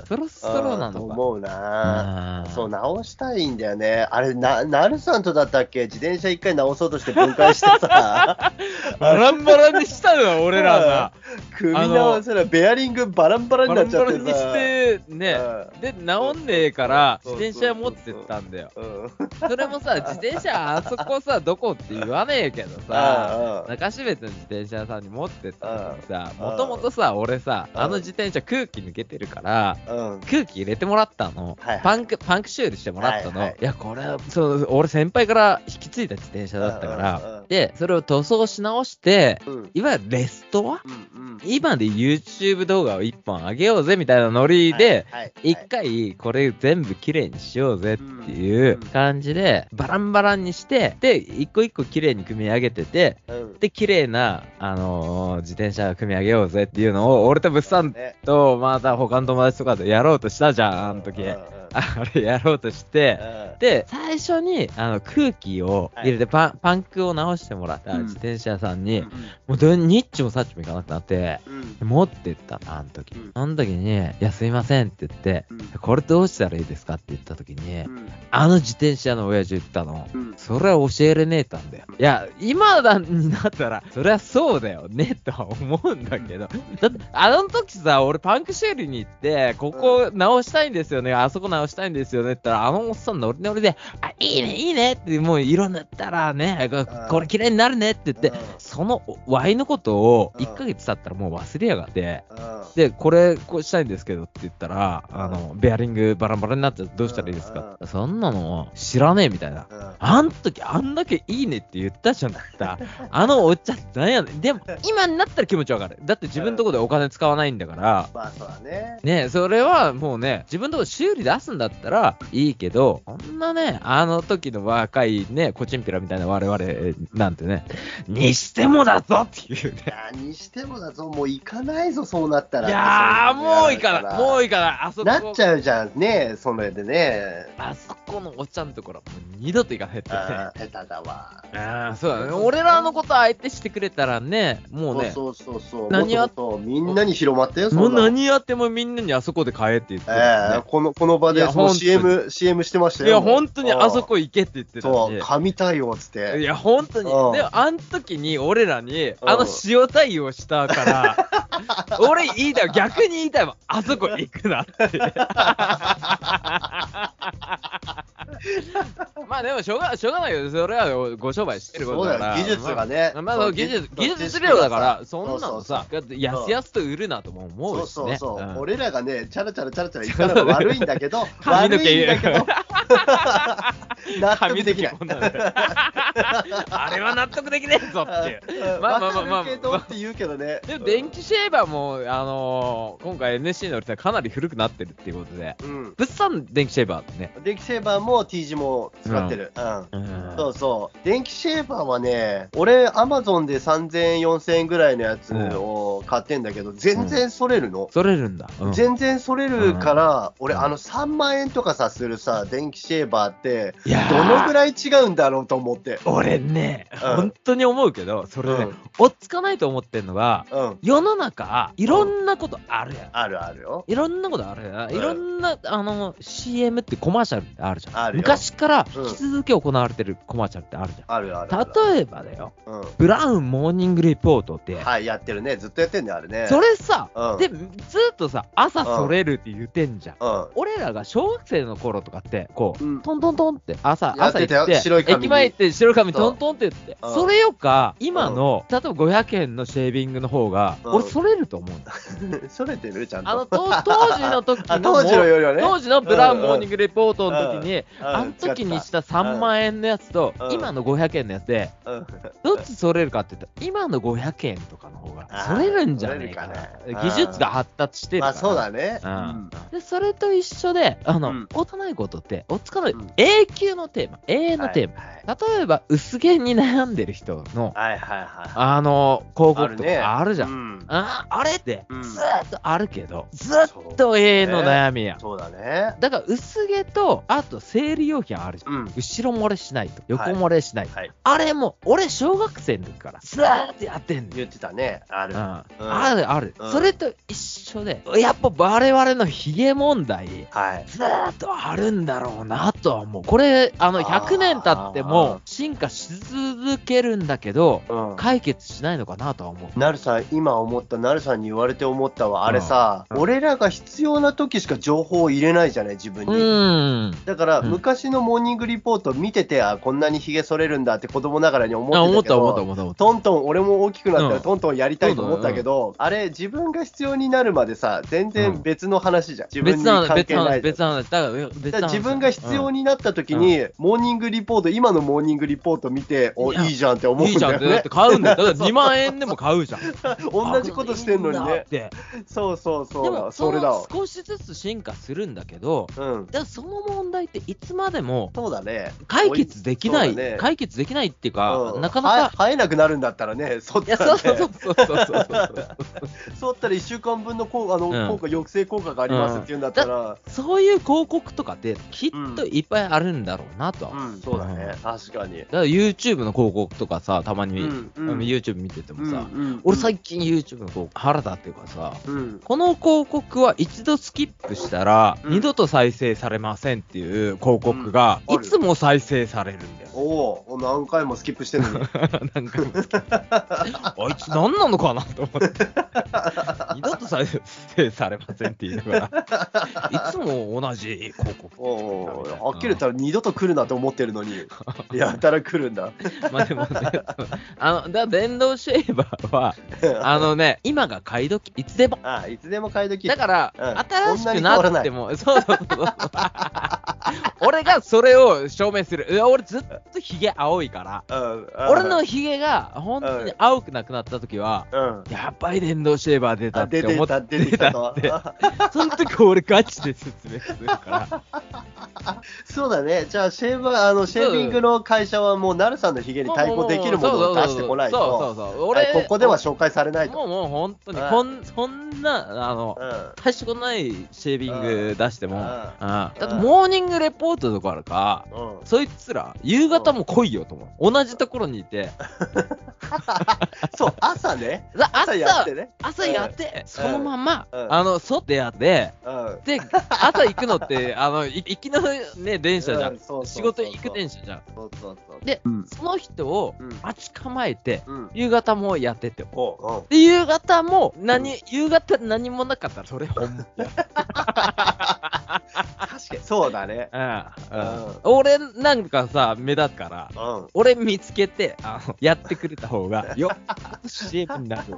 ストローなのか。 思うな。そう、直したいんだよね。あれ、な、なるさんとだったっけ、自転車一回直そうとして分解してさ。 バランバランにしたのよ、俺らが。 組み直せら、ベアリングバランバラになっちゃってさ。 バランバラにして、ね。で、直んねえから、自転車持ってったんだよ。それもさ、自転車あそこさ、どこって言わねえけどさ、中標津の自転車屋さんに持ってったのにさ、もともとさ、俺さ、あの自転車空気抜けてるから、空気入れてもらったの。パンク、パンク修理してもらったの。いや、これ、そう、俺先輩から引き継いだ自転車だったから、で、それを塗装し直して、いわゆるレストア、今で YouTube 動画をいっぽん上げようぜみたいなノリで、一回これ全部綺麗にしようぜっていう感じで、バランバランにして、で、一個一個綺麗に組み上げてて、で、綺麗な、あのー、自転車組み上げようぜっていうのを、俺と物産と、また他の友達とかでやろうとしたじゃん、あの時。あれやろうとして、で、最初にあの空気を入れてパン、はい、パンクを直してもらった自転車屋さんに、うん、もうどニッチもサッチもいかなくなって、うん、持ってったの、あの時。うん、あの時に、いや、すいませんって言って、うん、これどうしたらいいですかって言った時に、うん、あの自転車の親父言ったの、うん、それは教えれねえたんだよ。いや、今だになったら、そりゃそうだよね、とは思うんだけど、だって、あの時さ、俺パンク修理に行って、ここ直したいんですよね、あそこ直したいんですよねって言ったら、あのおっさんノリノリで、あ、いいね、いいねって、もう色塗ったらね、これ綺麗になるねって言って、その Y のことをいっかげつ経ったらもう忘れやがって、で、これこうしたいんですけどって言ったら、あの、ベアリングバラバラになっちゃってどうしたらいいですか？そんなの知らねえみたいな。あん時あんだけいいねって言ったじゃんだった。あのおっちゃんって何やねん。でも、今になったら気持ちわかる。だって自分のとこでお金使わないんだから。 まあそうだね。 ね、それはもうね、自分のとこで修理出すんだったらいいけど、こんなね、あの時の若いね、コチンピラみたいな我々なんてね、にしてもだぞっていうね。 いや、にしてもだぞ、もう行かないぞ、そうなったら。 いやー、もう行かない、もう行かない。あそこ。 なっちゃうじゃん、ね、それでね。 あそこのおっちゃんのところ、もう二度と行かへんってね。 あー、下手だわ。 ああ、そうだね。俺らのこと相手してくれたらね、もうね。 そうそうそう。何やってもみんなに広まったよ、 もう何やってもみんなにあそこで買えって言って、ね。 えー、この、この場でその シーエム、シーエム してましたよ。 いや、本当にあそこ行けって言ってたんで。 そう、神対応っつって。 いや、本当に。でも、あん時に俺らに、あの塩対応したから、俺言いたい、逆に言いたいわ。あそこ行くなって。まあでもしょうが、しょうがないよ。それはご商売してることだから。 技術がね。 まあ、まあ、技術、技術量だから、そんなのさ、やすやすと売るなとも思うしね。 そうそうそう。うん、俺らがね、チャラチャラチャラチャラ言ったのが悪いんだけど、悪いんだけど、納得できない。 あれは納得できねえぞっていう。まあまあまあまあ。 けどって言うけどね。 でも電気シェーバーも、あのー、今回 エヌエスシー の売り手はかなり古くなってるっていうことで、うん、物産電気シェーバーね。 電気シェーバーも T 字も使ってる。うん。うん、そうそう。電気シェーバーはね、俺、アマゾンでさんぜんえん、よんせんえんぐらいのやつを買ってんだけど、全然それるの。 それるんだ。 うん、全然それるから、うん、俺、あのさんまんえんとかさ、するさ、電気シェーバーって、どのぐらい違うんだろうと思って。 俺ね、うん、本当に思うけど、それね、うん、追っつかないと思ってんのが、うん、世の中、いろんなことあるやん。 あるあるよ。 いろんなことあるやん。いろんな、あの、シーエム ってコマーシャルってあるじゃん。あるよ。昔から引き続き行われてるコマーシャルってあるじゃん。 あるある。 例えばだよ、うん、ブラウンモーニングリポートって。 はい、やってるね。ずっとやってんね、あれね。 それさ、うん、で、ずっとさ、朝それるって言ってんじゃん。うん、俺らが小学生の頃とかって、こう、うん、トントントンって朝、朝行って、白い紙駅前行って白い紙トントンって言って、そ, それよか、今の、例えばごひゃくえんのシェービングの方が、俺それると思うんだ。 それてるちゃんと。 あの、当時の時の、 当時のよりはね。 当時のブラウンモーニングリポートの時に、あの時にしたさんまんえんのやつと、今のごひゃくえんのやつで、どっちそれるかって言ったら、今のごひゃくえんとかの方が、それるんじゃねえかな。技術が発達してるから。 まあそうだね。 で、それと一緒で、あの、幼いことって、おっつかない、永久のテーマ、永遠のテーマ。 例えば薄毛に悩んでる人の、 はいはいはい。 あの、広告とかあるじゃん。 あるね、うん、 あ, あれって、ずーっとあるけど、 うん、 ずっと永遠の悩みや。 そうだね。 だから薄毛と、あと生理用品あるじゃん。うん、後ろ漏れしないと、横漏れしない。はいはい、あれも、俺小学生の時から、ずーっとやってんの。 言ってたね。ある。うん、 あるある、うん。それと一緒で、やっぱ我々のヒゲ問題、 はい、 ずーっとあるんだろうなとは思う。これ、あの、ひゃくねん経っても進化し続けるんだけど、うん、解決しないのかなとは思う。 なるさん、今思った、なるさんに言われて思ったわ。あれさ、うん、俺らが必要な時しか情報を入れないじゃない、自分に。うんだから、うん、昔のモーニングリポート見てて、あ、こんなにヒゲ剃れるんだって子供ながらに思ってたけど、 思った思った思った。 トントン、俺も大きくなったらトントンやりたいと思ったけど、うん、あれ、自分が必要になるまでさ、全然別の話じゃん。自分に関係ない。 別な話、別な話。だから別な話。 自分が必要になった時に、うん、モーニングリポート、今のモーニングリポート見て、お、いいじゃんって思うんだよね。いいじゃんって、だって買うんだよ。だからにまんえんでも買うじゃん。 同じことしてんのにね。そうそうそう。 でも、それだわ。少しずつ進化するんだけど、うん、だその問題っていつまでも、 そうだね。 解決できない、ね、解決できないっていうか、うん、なかなか。 生えなくなるんだったらね、そったらね。そうそうそうそうそう。そったらいっしゅうかんぶんの効果、あの、うん、効果、抑制効果がありますっていうんだったら、うん、 そういう広告とかってきっといっぱいあるんだろうなとは、 うんうん、そうだね、確かに。だから YouTube の広告とかさ、たまに、うんうん、YouTube 見ててもさ、うんうん、俺最近 YouTube の広告腹立っていうかさ、うん、この広告は一度スキップしたら、うん、二度と再生されませんっていう広告が、いつも再生されるんだよ、ね。 おお、何回もスキップしてるのに。 何回もスキップ。あいつ何なのかなと思って。二度と再生されませんっていうのが、いつも同じ広告。 おお、はっきり言ったら二度と来るなと思ってるのに、やたら来るんだ。 まあでもね、あの、だ電動シェーバーは、あのね、今が買い時、いつでも。 ああ、いつでも買い時。 だから、うん、新しくなっても、そうそうそう。俺がそれを証明する。俺ずっとヒゲ青いから、うん、俺のヒゲが本当に青くなくなった時は、うん、やっぱり電動シェーバー出たって思って出てたって。 その時俺ガチで説明するから。 そうだね。じゃあシェーバー、あのシェービングの会社はもうナルさんのヒゲに対抗できるものを出してこないと、そうそうそう。俺ここでは紹介されないと。 もうもう本当にこんそんなあの、うん、大したことないシェービング出しても、うんうん、だってモーニングレポートとかあるか、うん、そいつら夕方も来いよと思う。同じところにいて。 そう、朝ね。 朝やってね。朝やって、うん、そのまま、うん、あの、そってやって、うん、で、朝行くのって、あの、行きのね、電車じゃん。仕事行く電車じゃん。そうそうそうで、うん、その人を待ち構えて、うん、夕方もやってて、うん、で、夕方も何、うん、夕方何もなかったら、それ本物や。 確かにそうだね、うんうん、俺なんかさ目立つから、うん、俺見つけてあのやってくれた方がよっシェイプになる。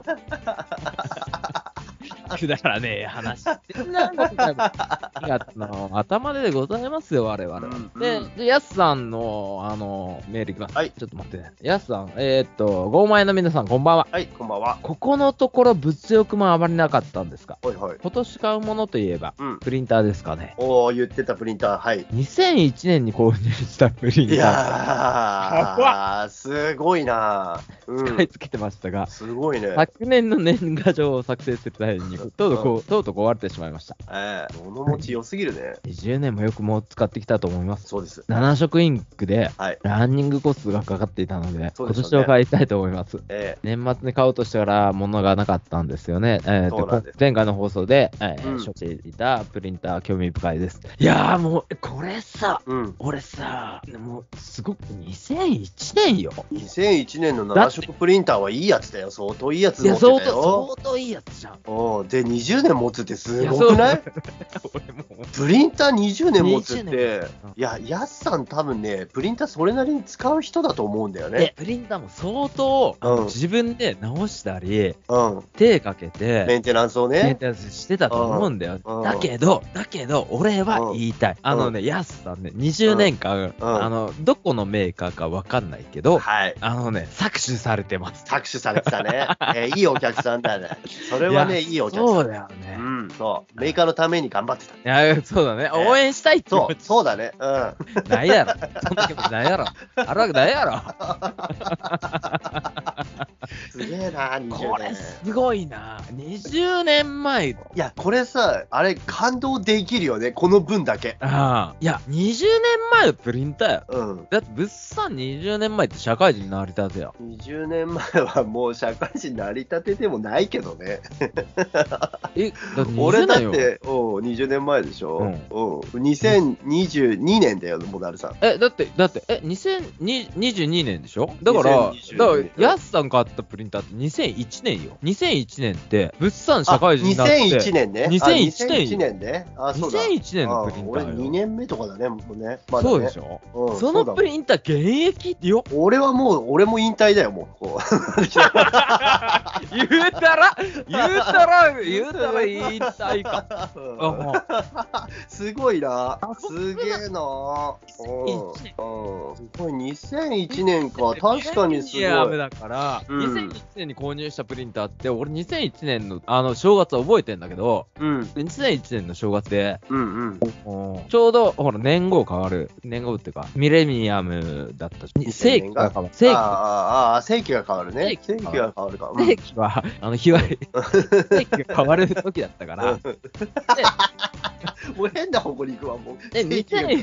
だからね話してんなの頭でございますよ我々、うん、で、でヤスさんのあのメールいきます、はい、ちょっと待ってね。ヤスさん、えー、っとゴーマイの皆さんこんばんは。 はい、こんばんは。 ここのところ物欲もあまりなかったんですが、はいはい、今年買うものといえば、うん、プリンターですかね。 おお、言ってたプリンター。はい、 にせんいちねんに購入したプリンター。いやーすごいな、 うん、使い付けてましたが、 すごいね。 昨年の年賀状を作成する際にとうとうこうとうとう壊れてしまいました。 ええー、物持ち良すぎるね。 にじゅうねんもよくもう使ってきたと思います。 そうです。 なな色インクで、はい、ランニングコストがかかっていたので、今年を買いたいと思います。えー、年末に買おうとしたら物がなかったんですよね。えー、と前回の放送で、えーうん、処置していたプリンター興味深いです。いやーもうこれさ、うん、俺さ、もうすごくにせんいちねんよ。 にせんいちねんのなな色プリンターはいいやつだよ。相当いいやつ持ってたよ。いや相当、 相当いいやつじゃん。 おでにじゅうねん持つってすごくない？プリンターにじゅうねん持つって、いや、ヤスさん多分ね、プリンターそれなりに使う人だと思うんだよね。 プリンターも相当、うん、自分で直したり、うん、手かけて、 メンテナンスをね、 メンテナンスしてたと思うんだよ。うん、だけど、だけど、俺は言いたい。うん、あのね、ヤスさんね、にじゅうねんかん、うん、あの、どこのメーカーかわかんないけど、はい、あのね、搾取されてます。 搾取されてたね。えー、いいお客さんだね。それはね、いいお客ちゃってた。 そうだよね。 うん、そう。メーカーのために頑張ってた。 いや、そうだね。応援したいってそう、そうだね。うん。 ないやろ。そんな気持ちないやろ。あるわけないやろ。 すげえな、にじゅうねん。 これすごいな。にじゅうねんまえ。 いや、これさ、あれ、感動できるよね、この分だけ。 ああ。いや、にじゅうねんまえのプリンターや。 うん。 だって、物産にじゅうねんまえって社会人になりたてや。 にじゅうねんまえはもう社会人成り立てでもないけどね。 え、だって俺だっよ。 て、おうにじゅうねんまえでしょ。うん。にせんにじゅうにねんだよ、モナルさん。 え、だって、だって、え、にせんにじゅうにねんでしょ。だから、だかにせんにじゅうにねんら、ヤスさん買ったプリンターってにせんいちねんよ。にせんいちねんって、物産社会人になって。 にせんいちねんね。 にせんいちねんよ。 にせんいちねんね。あ、そうだ。 にせんいちねんのプリンターよ。 俺にねんめとかだね、もうね。まだねそうでしょ。 うん、 そのプリンター現役よ。 俺はもう、俺も引退だよ、もう。こう言うたら、言うたら、言うたら引退か。 すごいな。すげえな。うん。すごい、にせんいちねんか。確かにすごい。 だから、うん、にせんいちねんに購入したプリンターって、俺にせんいちねんのあの正月覚えてんだけど、うん、にせんいちねんの正月で、うんうん、ちょうどほら年号変わる、年号っていうか、ミレニアムだったし、世紀が変わる。世紀ああ、世紀が変わるね。世紀が変わるか。 世紀は、あの、日割り、世紀が変わる時だったから。 もう変な方向に行くわ、もう。 え、にせんねん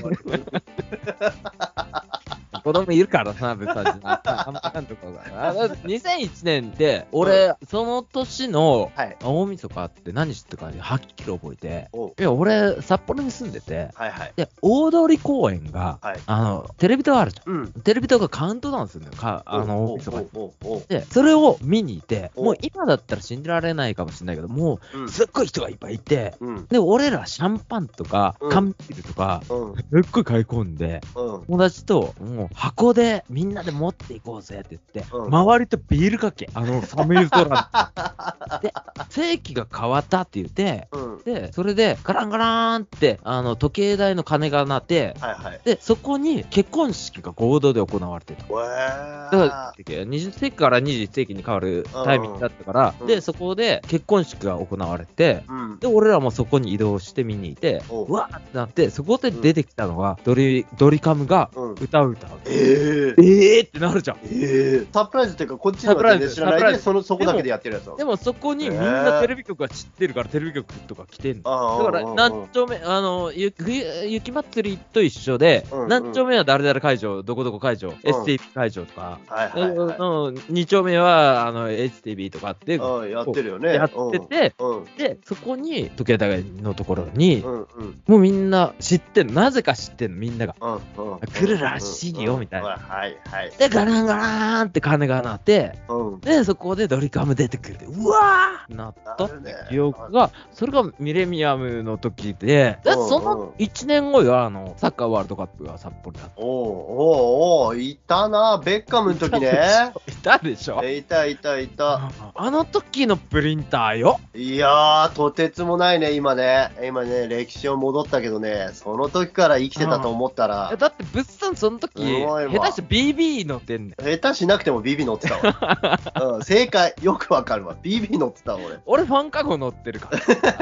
子供いるからな、別に。あんまかんとこが。にせんいちねんで、俺、うん、その年の大晦日って何してたかはっきり覚えて、いや、俺、札幌に住んでて、はいはい、で、大通公園が、はい、あの、テレビ塔あるじゃん。うん、テレビ塔がカウントダウンするのよ、かあの、大晦日に。で、それを見に行って、もう今だったら信じられないかもしれないけど、もう、すっごい人がいっぱいいて、うん、で、俺らシャンパンとか、缶ビールとか、うん、すっごい買い込んで、うん、友達と、もう、箱でみんなで持っていこうぜって言って、うん、周りとビールかけ、あの寒い空で、世紀が変わったって言って、うん、で、それでガランガラーンって、あの時計台の鐘が鳴って、はいはい、で、そこに結婚式が合同で行われてた。だからにじゅっせいきからにじゅういっせいきに変わるタイミングだったから、うん、で、そこで結婚式が行われて、うん、で、俺らもそこに移動して見に行って、うわーってなって、そこで出てきたのが、ドリ、ドリカムが歌う歌う。 えーえーってなるじゃん。 えー、サプライズっていうか、こっちの全然知らないで、そのそこだけでやってるやつでもそこにみんなテレビ局が知ってるから、テレビ局とか来てんの。だから、何丁目、あの、雪祭りと一緒で、うんうん、何丁目は誰々会場、どこどこ会場、うん、エスティービー 会場とか、はいはいはい、に丁目はあの エイチティービー とかって、 やってるよね。 やってて、うん、で、そこに、時計台のところに、うんうん、もうみんな知ってんの、なぜか知ってんの、みんなが。うんうん、来るらしいよ、みたいな。はいはい。で、ガランガラーンって鐘が鳴って、うん、で、そこでドリカム出てくるで、うわーなったって記憶が、それがミレニアムの時で、で、そのいちねんごよ、あの、サッカーワールドカップが札幌だった。 おーおーおー、いたな、ベッカムの時ね。 いたでしょ。 いたいたいた。 あの時のプリンターよ。 いやー、とてつもないね、今ね。今ね、歴史を戻ったけどね、その時から生きてたと思ったら。 だって、物産その時、下手して ビービー 乗ってんねん。 下手しなくても ビービー 乗ってたわ。うん、正解。よくわかるわ。ビービー 乗ってたわ、俺。 俺、ファンカゴ乗ってるから。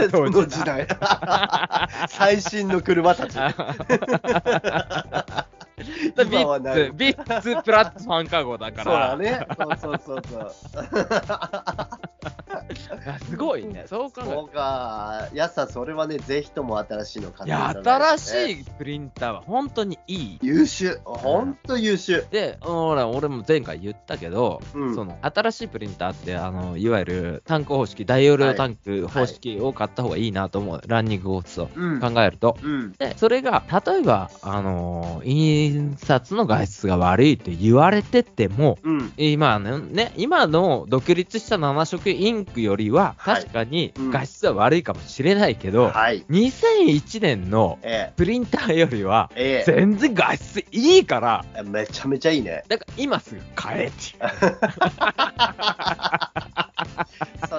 その時代。最新の車たち。 今はない。ビッツプラッツファンカゴだから。 そうだね。そうそうそうそう。 すごいね。そう考えそうか。やすさん、それはね、ぜひとも新しいの買っていただいて、ね。いや、新しいプリンターは本当にいい。 優秀。本当優秀。 で、ほら、俺も前回言ったけど、うん、その、新しいプリンターって、あの、いわゆるタンク方式、大容量タンク方式を買った方がいいなと思う。はい、ランニングコースを考えると。うん、で、それが、例えば、あのー、印刷の画質が悪いと言われてても、うん、今のね、今の独立したなな色インクよりは、確かに画質は悪いかもしれないけど、はい、にせんいちねんのプリンターよりは、全然画質いいから、 ええ、めちゃめちゃいいね。 だから今すぐ買えっていう。 そ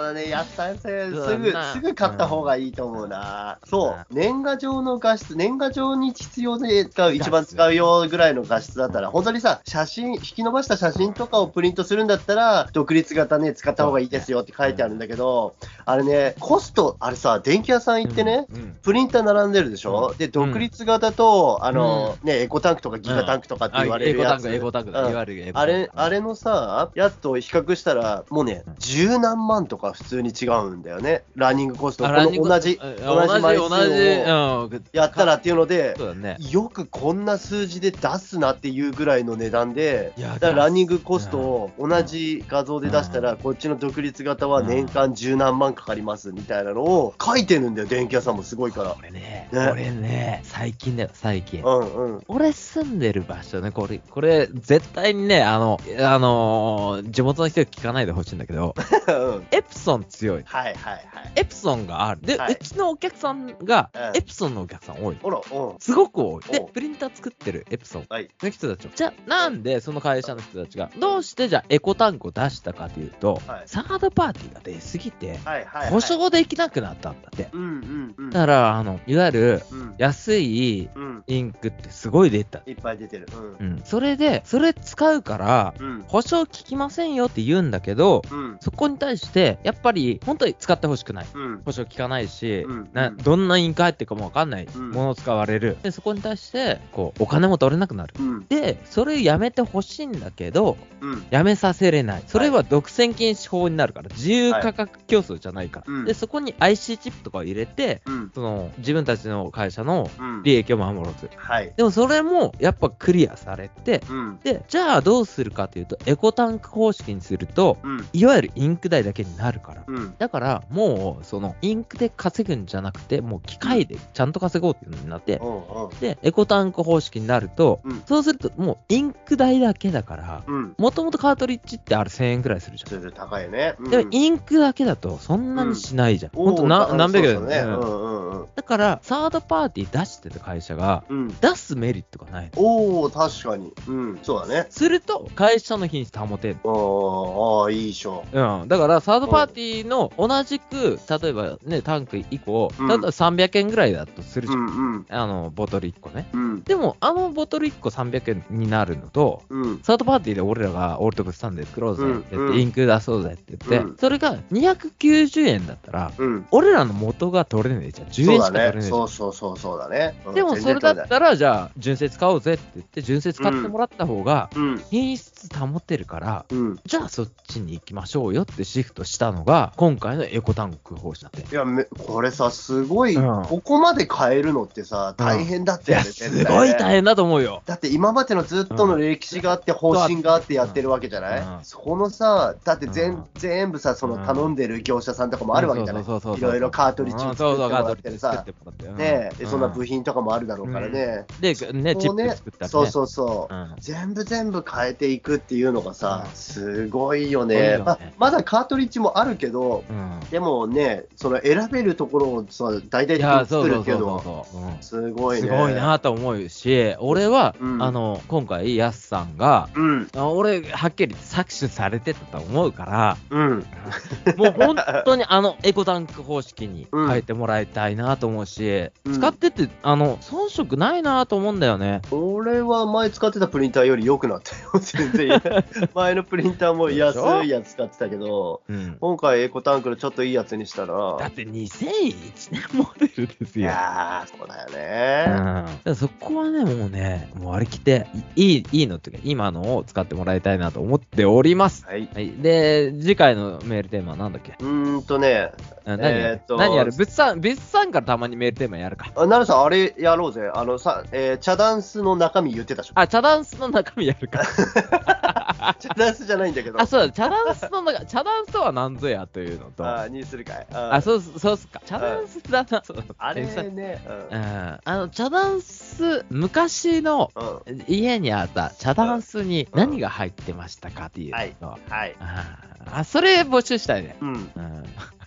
だね、やったんすそうぐ、 だなすぐ買った方がいいと思うな。そう、年賀状の画質、年賀状に必要で使う、一番使うよぐらいの画質だったら、本当にさ、写真、引き伸ばした写真とかをプリントするんだったら、独立型ね、使った方がいいですよって書いてあるんだけど、あれね、コスト、あれさ、電気屋さん行ってね、 うんうんプリンター並んでるでしょ、 うんで、独立型と、あの、ね、エコタンクとかギガタンクとかって言われるやつ。 エコタンク、エコタンクだ、 うんいわゆるエコタンク。 あれ、あれのさ、やつと比較したら、もうね、十何万とか普通に違うんだよね。ランニングコスト。この同じ、同じ枚数をやったらっていうので、よくこんな数字で出すなっていうぐらいの値段で、だからランニングコストを同じ画像で出したら、こっちの独立型は年間十何万かかりますみたいなのを書いてるんだよ、電気屋さんもすごいから。 俺ね、俺ね、最近だよ、最近。 うんうん。 俺住んでる場所ね、これ、これ、絶対にね、あの、あのー、地元の人聞かないでほしいんだけど、うん、エプソン強い。 はいはいはい。 エプソンがある。で、はい、うちのお客さんが、エプソンのお客さん多い。 あら、うん。 すごく多い。で、プリンター作ってるエプソンの人たちを。じゃあ、なんでその会社の人たちが、どうしてじゃあエコタンクを出したかというと、はい、サードパーティーが出すぎて、はいはいはい、保証できなくなったんだって。うんうんうん、だから、あの、いわゆる、安いインクってすごい出た。 いっぱい出てる。 うん。うん、それで、それ使うから、うん、保証効きませんよって言うんだけど、うん、そこに対して、やっぱり、本当に使ってほしくない。うん、保証効かないし、うん、な、どんなインク入ってるかもわかんないものを使われる。で、そこに対して、こう、お金も取れなくなる。うん、で、それやめてほしいんだけど、うん、やめさせれない。それは独占禁止法になるから、自由価格競争じゃないから。はい、で、そこに アイシー チップとかを入れて、うん、その、自分たちの会社の利益を守ろうと。うん、はい。でもそれも、やっぱクリアされて、うん、で、じゃあどうするかというと、エコタンク方式にすると、うん、いわゆるインク代だけになるから。うん、だから、もう、その、インクで稼ぐんじゃなくて、もう機械でちゃんと稼ごうっていうのになって、うん、で、エコタンク方式になると、うん、そうすると、もうインク代だけだから、もともとカートリッジってあれせんえんくらいするじゃん。 高いね。 うん、でも、インクだけだと、そんなにしないじゃん。うん、ほんと、な、何百円だよね。だから、サードパーティー出してた会社が、うん、出すメリットがないの。 おー、確かに。うん、そうだね。 すると、会社の品質保てる。 ああ、いいでしょ。 うん。だから、サードパーティーの同じく、例えばね、タンクいっこ、うん、例えばさんびゃくえんぐらいだとするじゃん。うんうん、あの、ボトルいっこね。うん、でも、あのボトルいっこさんびゃくえんになるのと、うん、サードパーティーで俺らがオールトブスタンで作ろうぜって言って、インク出そうぜって言って、うん、それがにひゃくきゅうじゅうえんだったら、うん、俺らの元が取れねえじゃん。じゅうえんしか取れねえじゃん。 そうそうそうそうだね。 でも、それだったら、じゃあ、純正使おうぜって言って、純正使ってもらった方が、品質保てるから、うん、じゃあそっちに行きましょうよってシフトしたのが、今回のエコタンク方式だって。 いや、めこれさ、すごい、うん、ここまで変えるのってさ、大変だったよね、うん、 すごい大変だと思うよ。 だって今までのずっとの歴史があって、方針があってやってるわけじゃない、うん、そこのさ、だって全、うん、全部さ、その頼んでる業者さんとかもあるわけじゃない、いろいろカートリッジを作ってもらってるさ、ねえ、そんな部品とかもあるだろうからね。 うん、で、ね、チップ作ったりね。 そうそうそう、うん。全部全部変えていくっていうのがさ、すごいよね。ま, まだカートリッジもあるけど、うん、でもね、その選べるところをさ、大体的に作るけど、すごいね。 すごいなと思うし、俺は、うん、あの、今回、ヤスさんが、うん、俺、はっきり搾取されてたと思うから、うん、もう本当にあの、エコタンク方式に変えてもらいたいなと思うし、うん、使ってて、あの、遜色ないなと思うんだよね。 俺は前使ってたプリンターより良くなったよ、全然。前のプリンターも安いやつ使ってたけど、うん、今回エコタンクのちょっといいやつにしたら。 だってにせんいちねんモデルですよ。 いやー、そうだよね。 うん、そこはね、もうね、もう割り切って、いい、いいのっていうか、今のを使ってもらいたいなと思っております。はい。はい、で、次回のメールテーマはなんだっけ？ うーんとね、 何やる、えー、っと何やる物産、物産からたまにメールテーマやるか。 あ、なるさん、あれやろうぜ。あのさ、えー、茶ダンスの中身言ってたでしょ。 あ、茶ダンスの中身やるか。 茶ダンスじゃないんだけど。 あ、そうだ、茶ダンスの中、茶ダンスとは何ぞやというのと。 あ、にするかい。 あ、そう、そうっすか。茶ダンスだな。 あれね、 うん。あの、茶ダンス、昔の家にあった茶ダンスに何が入ってましたかっていうの。 はい。はい。 あ、それ募集したいね。うん。うん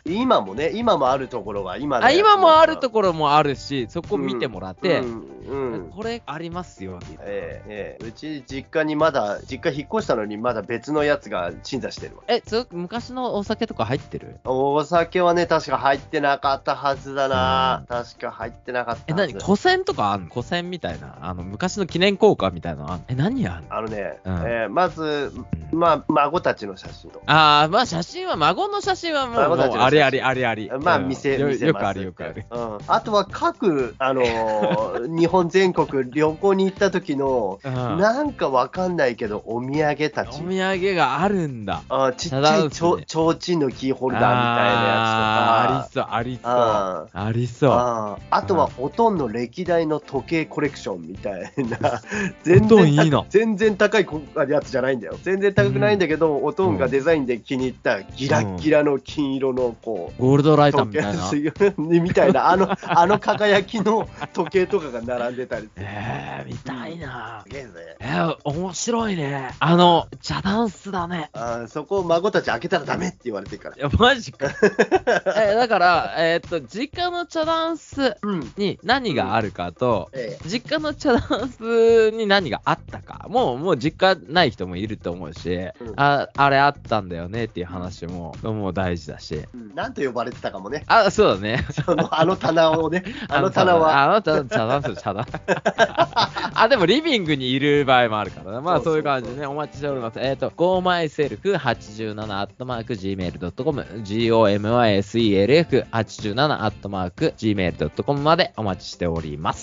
今もね、今もあるところは今のあ、 やつ今もあるところもあるし、そこ見てもらって、 うんうんうん、 これありますよ、 ええええ、うち実家にまだ、実家引っ越したのにまだ別のやつが鎮座してるわ。 え、つ昔のお酒とか入ってる？ お酒はね、確か入ってなかったはずだな。うん、確か入ってなかったはず。 え、何古銭とかあんの？古銭みたいな、あの昔の記念硬貨みたいなのあんの？え、何あんの？ あのね、 うん、 えー、まず、まあ、孫たちの写真と。 ああ、まあ写真は、孫の写真はもう、もうありありありあり。 まあ見せ、 うん、 見せます。 よくあるよくある。 うん。あとは各、あのー、日本全国旅行に行った時の、うん、なんかわかんないけど、お土産たち。 お土産があるんだ。 あ、ちっちゃいちょ、ちょうちんのキーホルダーみたいなやつとか。 ありそう、ありそう。あ, ありそう。 あ, あとは、おとんの歴代の時計コレクションみたいな。 全然いいの。 全然高いやつじゃないんだよ。全然高くないんだけど、うん、おとんがデザインで気に入ったギラッギラの金色のこう、 ゴールドライターみたいな。 みたいな、あの、あの輝きの時計とかが並んでたりする。 えー、見たいな。 すげえぜ。 えー、面白いね。あの、茶ダンスだね。 あ、そこを孫たち開けたらダメって言われてるから。 いや、マジか。えー、だから、えー、っと、実家の茶ダンスに何があるかと、うんええ、実家の茶ダンスに何があったか、もう、もう実家ない人もいると思うし、うん、あ、あれあったんだよねっていう話も、もう大事だし。 うん、なんと呼ばれてたかもね。 あ、そうだね。 その、あの棚をね、あの棚は。 あの棚、茶ダンス、茶ダンス。あ、でもリビングにいる場合もあるからね。まあそういう感じでね、お待ちしております。えっ、ー、と、ゴーマイセルフはちじゅうななアットマークジーメールドットコム、ゴーマイセルフはちじゅうななアットマークジーメールドットコム までお待ちしております。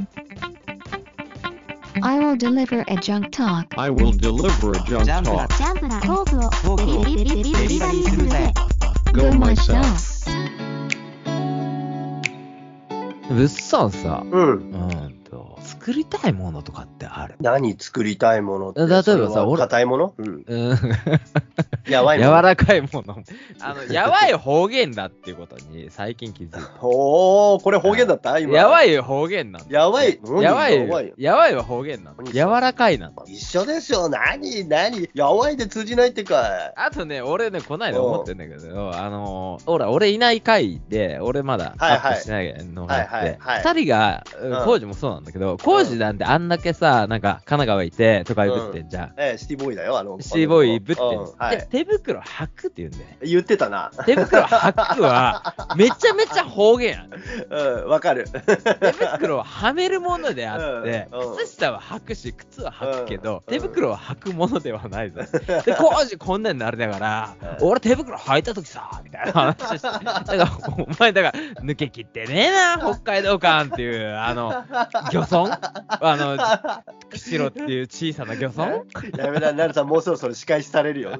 I will deliver a junk talk. I will deliver a junk talk. ジャンプなトークをトークをデリデリデリバリーするぜ。 Go myself. 物産さ、 うん。 うんと、作りたいものとかってある？ 何作りたいものって？ 例えばさ、俺。 硬いもの？うん。 うん。 やばいもの。柔らかいもの。あの、やばい方言だっていうことに最近気づいた。 おー、これ方言だった今。 やばい方言なんだ。 やばい。 やばい。やばいは方言なんだ。柔らかいなんだ。 一緒でしょ。何何やばいで通じないってか。 あとね、俺ね、こないだ思ってんだけど、あのー、ほら、俺いない回で、俺まだアップしないのがあって、二人が、コウジもそうなんだけど、コウジなんてあんだけさ、なんか、神奈川行って、とかぶってんじゃん。 ええ、シティボーイだよ、あの。 シティボーイぶってんで、手袋履くって言うんだよ。 言ってたな。 手袋履くは、めちゃめちゃ方言やん。 うん、わかる。 手袋ははめるものであって、靴下は履くし、靴は履くけど、手袋は履くものではないぞ。で、コウジこんなになりながら、俺手袋履いたときさ、みたいな話して、だからお前だから抜け切ってねえな、北海道館っていう、あの、漁村あの、釧路っていう小さな漁村やめな、なるさん、もうそろそろ仕返しされるよ。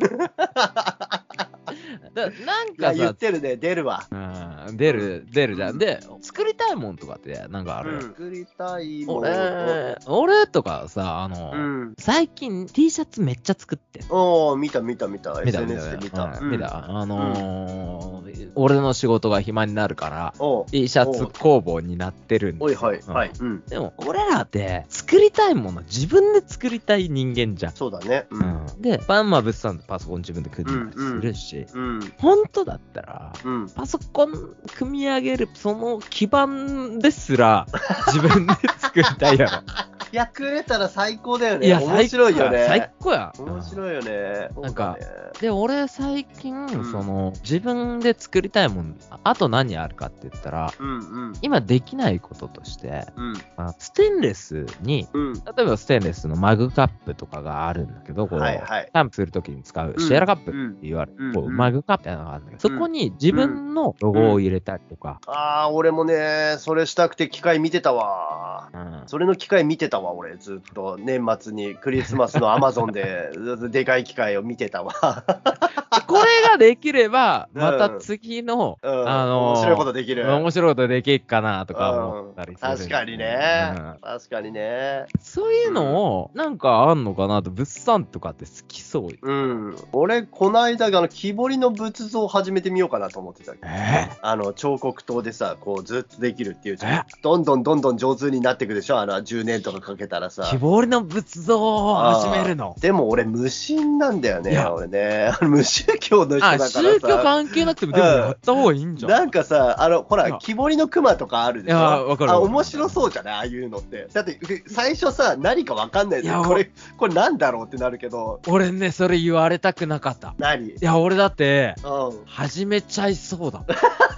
だなんかさ、 言ってるね、出るわ。 うん、出る、出るじゃん。で、作りたいもんとかってなんかある、うん、 作りたいもん。 俺、俺とかさ、あの、うん、最近 T シャツめっちゃ作ってんの。おー、見た見た見た。 見たエスエヌエス で見た。 うん、見た。あのーうん、俺の仕事が暇になるから、T シャツ工房になってるんですよ。 おいはい、はい。 うん。でも、俺らって作りたいもの自分で作りたい人間じゃん。 そうだね。 うん。で、パンマ物産とパソコン自分で組んだりするし、 うんうんうん、 本当だったら、うん、パソコン組み上げるその基盤ですら自分で作りたいやろ。 役れたら最高だよね。いや、面白いよね。 最高や。 面白いよね。 なんか、で、俺最近、うん、その、自分で作りたいもん、あと何あるかって言ったら、うんうん、今できないこととして、うん、ステンレスに、うん、例えばステンレスのマグカップとかがあるんだけど、こう、はいはい、キャンプするときに使うシェラカップって言われる、うん、こうマグカップみたいなのがあるんだけど、うん、そこに自分のロゴを入れたりとか。 うんうん、ああ、俺もね、それしたくて機械見てたわ。うん、それの機械見てたわ、俺。ずっと年末にクリスマスのアマゾンででかい機械を見てたわ。 これができれば、また次の、 うんうん、あのー、面白いことできる。 面白いことできるかなとか思ったりする、 うん。確かにね、うん。確かにね。 そういうのを、なんかあんのかなと、物産とかって好きそう。 うん。俺、この間、あの、木彫りの仏像を始めてみようかなと思ってたけど。 えー、 あの、彫刻刀でさ、こう、ずっとできるっていう。どんどんどんどん上手になっていくでしょ、 あのじゅうねんとかかけたらさ。 木彫りの仏像を始めるの。 でも俺無心なんだよね、俺ね。無宗教の人だからさ。 宗教関係なくてもでもやった方がいいんじゃん。 なんかさ、あのほら木彫りの熊とかあるでしょ。 いやわかる。 あ、面白そうじゃない、ああいうのって。だって最初さ、何かわかんないでこれこれなんだろうってなるけど。 俺ね、それ言われたくなかった。 何？ いや俺だって、 うん、 始めちゃいそうだ。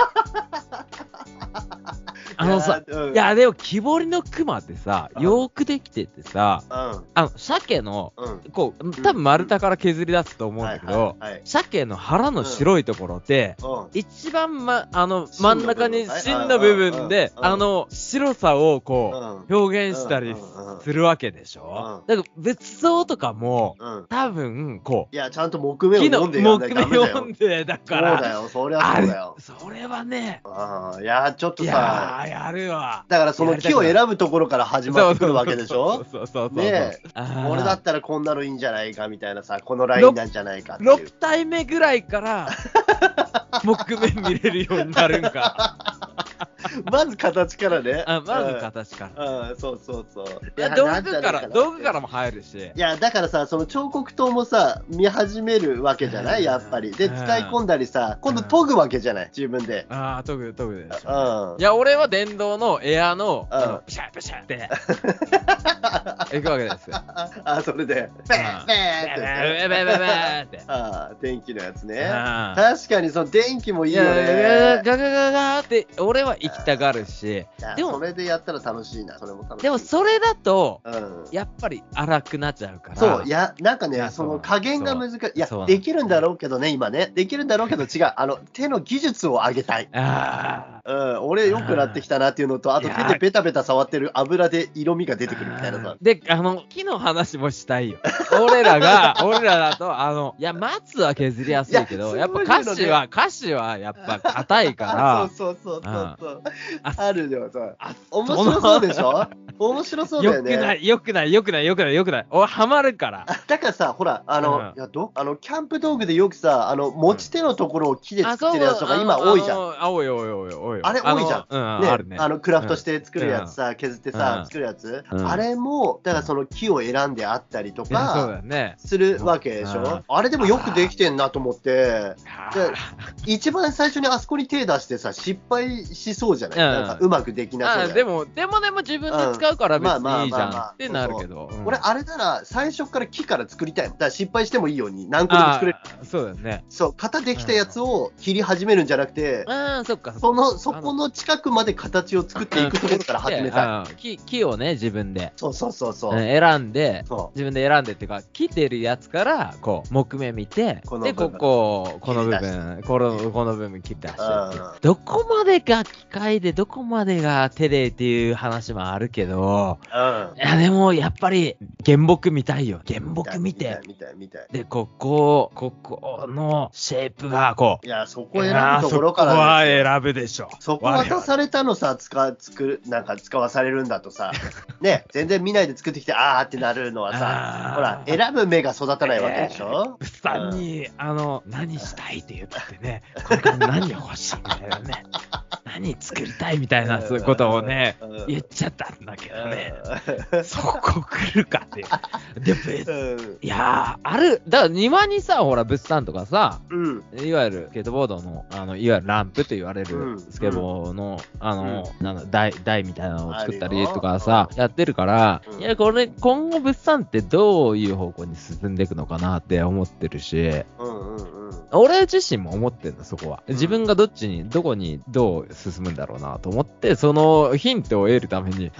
あのさ、 いや、うん、 いやでも木彫りの熊ってさ、よくできててさ、 うん、 あの鮭の、 うん、 こう多分丸太から削り出すと思うんだけど、 はいはいはい、 鮭の腹の白いところで、 うん、 一番、ま、あの真ん中に芯の部分で、あの白さをこう、表現したりするわけでしょ。だから仏像とかも、うん、多分こう、 いやちゃんと木目を読んでやんないとダメだよ。 木目読んでだから、 そうだよ、そりゃそうだよ。 それはね、 あいやちょっとさ、 いややるわ。 だからその木を選ぶところから始まってくるわけでしょ。 そうそうそうそう。 ねえ、俺だったらこんなのいいんじゃないかみたいなさ、このラインなんじゃないかっていう。 ろく体目ぐらいから木目見れるようになるんか。 まず形からね。 あ、まず形から。 うん、そうそうそう。 いや、道具から、道具からも入るし。 いや、だからさ、その彫刻刀もさ、見始めるわけじゃないやっぱり。で、使い込んだりさ、今度研ぐわけじゃない自分で。 ああ、研ぐ、研ぐでしょ。 うん。いや、俺は電動のエアの、ピシャピシャって、行くわけですよ。 あ、それで、ベーベーって。ベーベーベーベーって。ああ、電気のやつね。確かに、その電気もいいよね。 ガガガガーって、俺は行きたがるし。 でも、それでやったら楽しいな。それも楽しい。 でも、それだと、やっぱり荒くなっちゃうから。 そう、いや、なんかね、その加減が難しい。いや、できるんだろうけどね、今ね。できるんだろうけど、違う。あの、手の技術を上げたい。ああ。うん、俺良くなってきたなっていうのと、あと手でベタベタ触ってる油で色味が出てくるみたいなさ。 で、あの、木の話もしたいよ。俺らが、俺らだと、あの、いや、松は削りやすいけど、やっぱ歌詞は、歌詞はやっぱ硬いから。 そうそうそうそうそう。あるよ、さ。面白そうでしょ？面白そうだよね。 よくない、よくない、よくない、よくない、よくない。お、ハマるから。 だからさ、ほら、あの、いや、ど、あの、キャンプ道具でよくさ、あの、持ち手のところを木で作ってるやつとか今多いじゃん。 あ、多い多い多い多い。 あれ多いじゃん。 うん、あるね。 あの、クラフトして作るやつさ、削ってさ、作るやつ。あれも、だからその木を選んであったりとか、するわけでしょ。あれでもよくできてんなと思って、一番最初にあそこに手出してさ、失敗しそうじゃない？なんかうまくできなそうじゃない？ でも、でもでも自分で使うから別にいいじゃんってなるけど。 俺、あれなら最初から木から作りたい。だから失敗してもいいように何個でも作れる。 そうだよね。 そう、型できたやつを切り始めるんじゃなくて、 そっか。 その、そこの近くまで形を作っていくところから始めたい。 木、木をね、自分で。 そうそうそうそう。 選んで、自分で選んでっていうか、切ってるやつから、こう、木目見て、で、ここ、この部分、この、この部分切って出してって。どこまでが機械で、どこまでが手でっていう話もあるけど、いや、でも、やっぱり、原木見たいよ。原木見て。 見たい、見たい。 で、ここ、ここのシェイプが、こう。 いや、そこ選ぶところから。 そこは選ぶでしょ。 そこ渡されたのさ、使、作る、なんか使わされるんだとさ、ね、全然見ないで作ってきて、あーってなるのはさ、ほら、選ぶ目が育たないわけでしょ。 物産に、あの、何したいって言ってね、これから何欲しいみたいなね。何作りたいみたいなそういうことをね、言っちゃったんだけどね。そこ来るかって。で、別、いやー、ある、だから庭にさ、ほら、物産とかさ、いわゆるスケートボードの、あの、いわゆるランプと言われるスケボーの、あの、なんだ、台、台みたいなのを作ったりとかさ、やってるから、いや、これ、今後物産ってどういう方向に進んでいくのかなって思ってるし、俺自身も思ってんだ、そこは。自分がどっちに、どこにどう進むんだろうなと思って、そのヒントを得るために、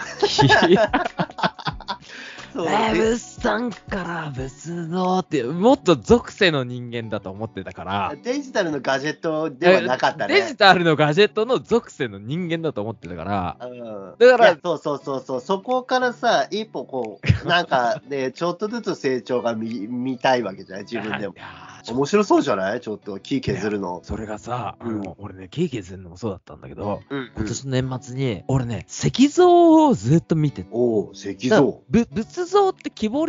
え、物産から仏像って、もっと属性の人間だと思ってたから。 デジタルのガジェットではなかったね。 デジタルのガジェットの属性の人間だと思ってたから。うん、だから、 そうそうそうそう、そこからさ、一歩こう、なんかね、ちょっとずつ成長が 見, 見たいわけじゃない自分でも。面白そうじゃないちょっと木削るの。 それがさ、あの、うん、俺ね、木削るのもそうだったんだけど、うんうん、今年の年末に、俺ね、石像をずっと見てて。 おぉ、石像。 ぶ仏像って木彫り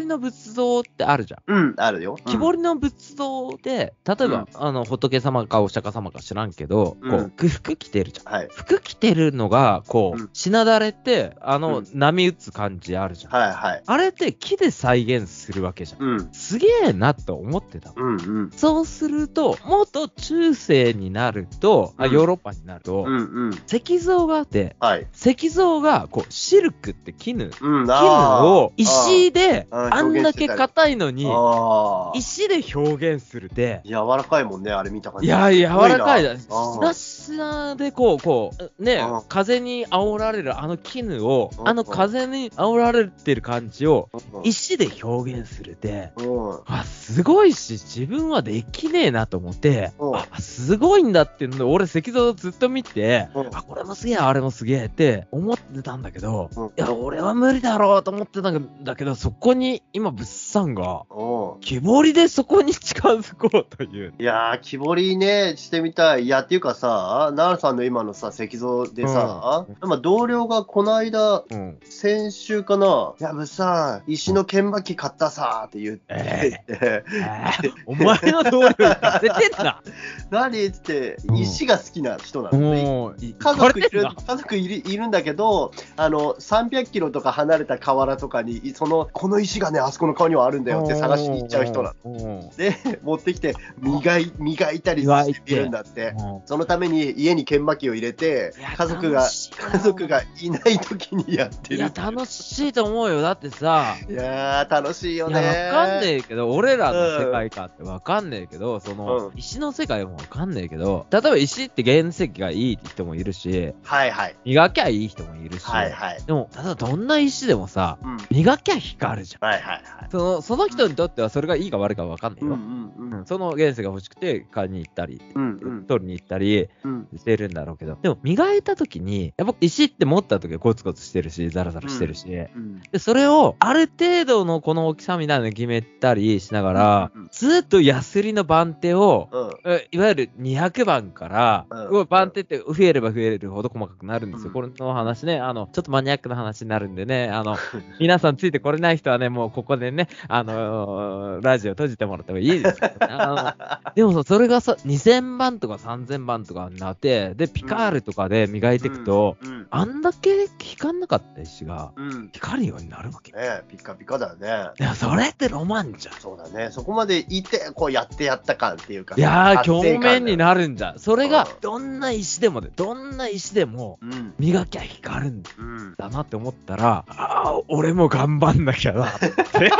りの仏像ってあるじゃん。 うん、あるよ。 木彫りの仏像で、例えば、うん、あの、仏様かお釈迦様か知らんけど、うん、こう、服着てるじゃん。はい、服着てるのが、こう、うん、しなだれて、あの、うん、波打つ感じあるじゃん。はいはい。あれって木で再現するわけじゃん。うん、すげえなと思ってた。うんうん。そうすると、もっと中世になると、うん、あヨーロッパになると、うんうん、石像があって、はい、石像が、こう、シルクって絹、うん、絹を石で、あ, あんだけ硬いのに、石で表現するで、 柔らかいもんね、あれ見た感じ。 いや、柔らかいだ。しなしなで、こう、こう、ね、風に煽られるあの絹を、あの風に煽られてる感じを、石で表現するで、あ、すごいし、自分はできねえなと思って、あ、すごいんだっていうので、俺石像ずっと見て、あ、これもすげえ、あれもすげえって思ってたんだけど、いや、俺は無理だろうと思ってたんだけど、そこに今、物産が、木彫りでそこに近づこうという。 いやー、木彫りね、してみたい。いや、っていうかさ、ナールさんの今のさ、石像でさ、うん、まあ、同僚がこの間、うん、先週かな、いや、物産、石の研磨機買ったさーって言って、えーえー、お前の同僚に買っててんな。 何っつって、石が好きな人なのね。家族いる、家族いる、いるんだけど、あの、さんびゃくキロとか離れた河原とかに、その、この石がね、あそこの川にはあるんだよって探しに行っちゃう人なの。で、持ってきて、磨い、磨いたりしてるんだって。そのために家に研磨機を入れて、家族が、家族がいない時にやってる。 いや、楽しいと思うよ。だってさ。 いやー、楽しいよね。 いや、わかんねえけど、俺らの世界かってわかんねえけど、その、うん、石の世界もわかんねえけど、例えば石って原石がいいって人もいるし、はいはい。磨きゃいい人もいるし、はいはい。でも、ただどんな石でもさ、うん、磨きゃ光るじゃん。はいはいはい。その、その人にとってはそれがいいか悪いかわかんないよ。うんうんうん、その原石が欲しくて買いに行ったり、うんうん、取りに行ったりしてるんだろうけど、でも磨いた時に、やっぱ石って持った時はゴツゴツしてるし、ザラザラしてるし、うんうん、で、それをある程度のこの大きさみたいなの決めたりしながら、うんうん、ずっとヤスリの番手を、うん、いわゆるにひゃくばんから、うん、番手って増えれば増えるほど細かくなるんですよ。うん、これの話ね、あの、ちょっとマニアックな話になるんでね、あの、皆さんついてこれない人はね、もうここでね、あのー、ラジオ閉じてもらってもいいですけどね。あのでもさ、それがさ、にせんばんとかさんぜんばんとかになって、で、ピカールとかで磨いていくと、うんうん、あんだけ光んなかった石が、うん、光るようになるわけ。 ね、ピカピカだよね。 いや、それってロマンじゃん。 そうだね。そこまでいて、こうやってやった感っていうか。 いやー、表面になるんじゃん。それが、どんな石でもね、どんな石でも、磨きゃ光るんだなって思ったら、うん、ああ、俺も頑張んなきゃなって。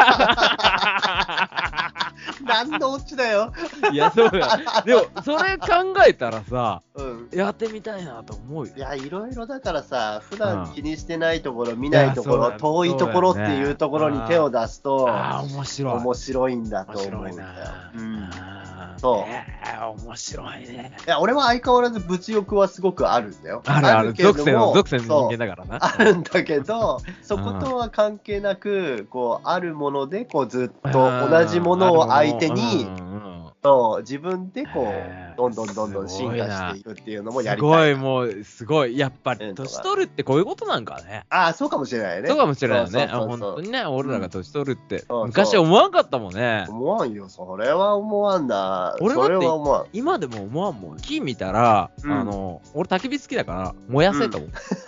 何のオチだよ。 いや、そうだ。でも、それ考えたらさ、うん、やってみたいなと思うよ。 いや、いろいろだからさ、普段気にしてないところ、うん、見ないところ、遠いところっていうところに手を出すと、 ああ、面白い。 面白いんだと思うんだよ。うん。そう。 えー、面白いね。 いや、俺は相変わらず物欲はすごくあるんだよ。 あるある。属性の、属性の人間だからな。 あるんだけど、そことは関係なく、こう、あるもので、こう、ずっと同じものを相手に、そう、自分でこう、どんどんどんどん進化していくっていうのもやりたい。 すごい、もう、すごい。やっぱり、年取るってこういうことなんかね。 ああ、そうかもしれないね。 そうかもしれないね。本当にね、俺らが年取るって、昔思わんかったもんね。 思わんよ、それは思わんだ。 俺だって、今でも思わんもん。木見たら、あの、俺焚き火好きだから、燃やせと思う。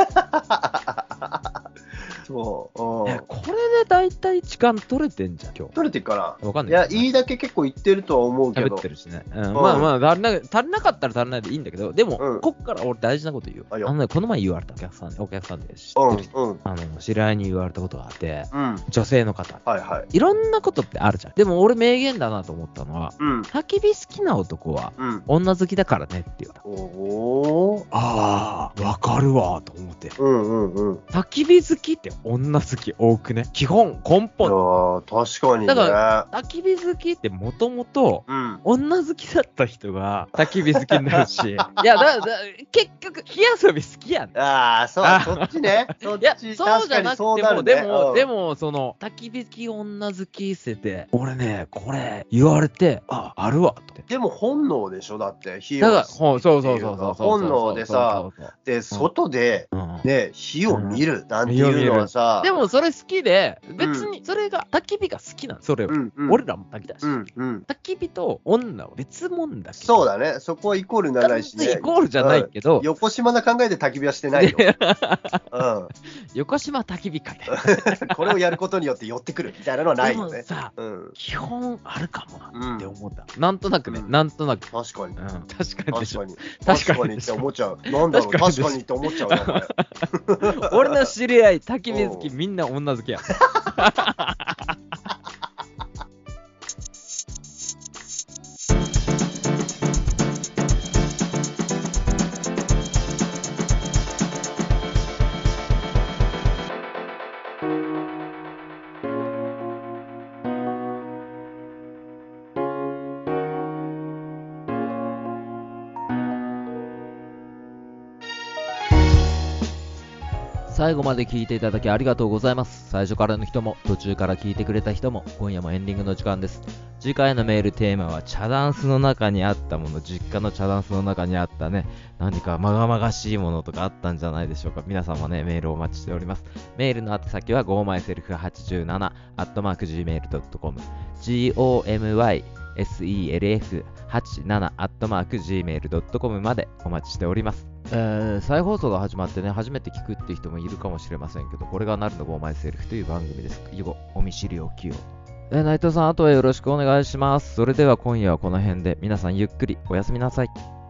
そう。これで大体時間取れてんじゃん、今日。 取れてるかな。わかんない。 いや、いいだけ結構言ってるとは思うけど。 喋ってるしね。うん、まあまあ足りな、足りなかったら足りないでいいんだけど、でも、うん、こっから俺大事なこと言う。あのね、この前言われたお客さん、お客さんで知ってる人、うんうん、あの、知り合いに言われたことがあって、うん、女性の方。はいはい。いろんなことってあるじゃん。でも俺名言だなと思ったのは、うん、焚き火好きな男は、うん、女好きだからねって言われた。おー。ああ、わかるわと思って。うんうんうん。焚き火好きって女好き多くね。基本、根本。 ああ、確かにね。 だから、焚き火好きってもともと、女好きだった人が焚き火好きになるし。いや、だ、だ、結局、火遊び好きやん。 ああ、そう、そっちね。そっち、いや、 そうじゃなくても、ね、でも、うん、でも、その、焚き火好き女好きしてて、俺ね、これ、言われて、あ、あるわ、と。 でも本能でしょだって、火を。だから、 そうそうそうそう。 本能でさ、で、外で、ね、火を見るなんていうのはさ。 でも、それ好きで、別にそれが、焚き火が好きなの、それは。 うんうん、 俺らも焚きだし、 うんうん。 焚き火と女は別物だけど。 そうだね。そこはイコールにならないしね。 イコールじゃないけど。 うん、横島な考えで焚き火はしてないよ。うん、 横島焚き火会で。 これをやることによって寄ってくるみたいなのはないよね。 でもさ、うん、基本あるかもなって思った。 うん、 なんとなくね、うん、なんとなく。 確かに。 うん、確かにでしょ。 確かに。確かにって思っちゃう。なんだろう、確かにって思っちゃうな。 俺の知り合い、焚き火好き、みんな女好きや。最後まで聞いていただきありがとうございます。最初からの人も途中から聞いてくれた人も今夜もエンディングの時間です。次回のメールテーマは茶ダンスの中にあったもの、実家の茶ダンスの中にあったね、何かまがまがしいものとかあったんじゃないでしょうか。皆さんもね、メールをお待ちしております。メールの宛先は ゴーマイセルフはちじゅうなな アットマーク ジーメールドットコム ゴーセルフはちじゅうなな アットマーク ジーメールドットコム までお待ちしております。えー、再放送が始まってね、初めて聞くって人もいるかもしれませんけど、これがなるのゴーマイセルフという番組です。以後、お見知りおきを。えー、内藤さん、あとはよろしくお願いします。それでは今夜はこの辺で、皆さんゆっくりおやすみなさい。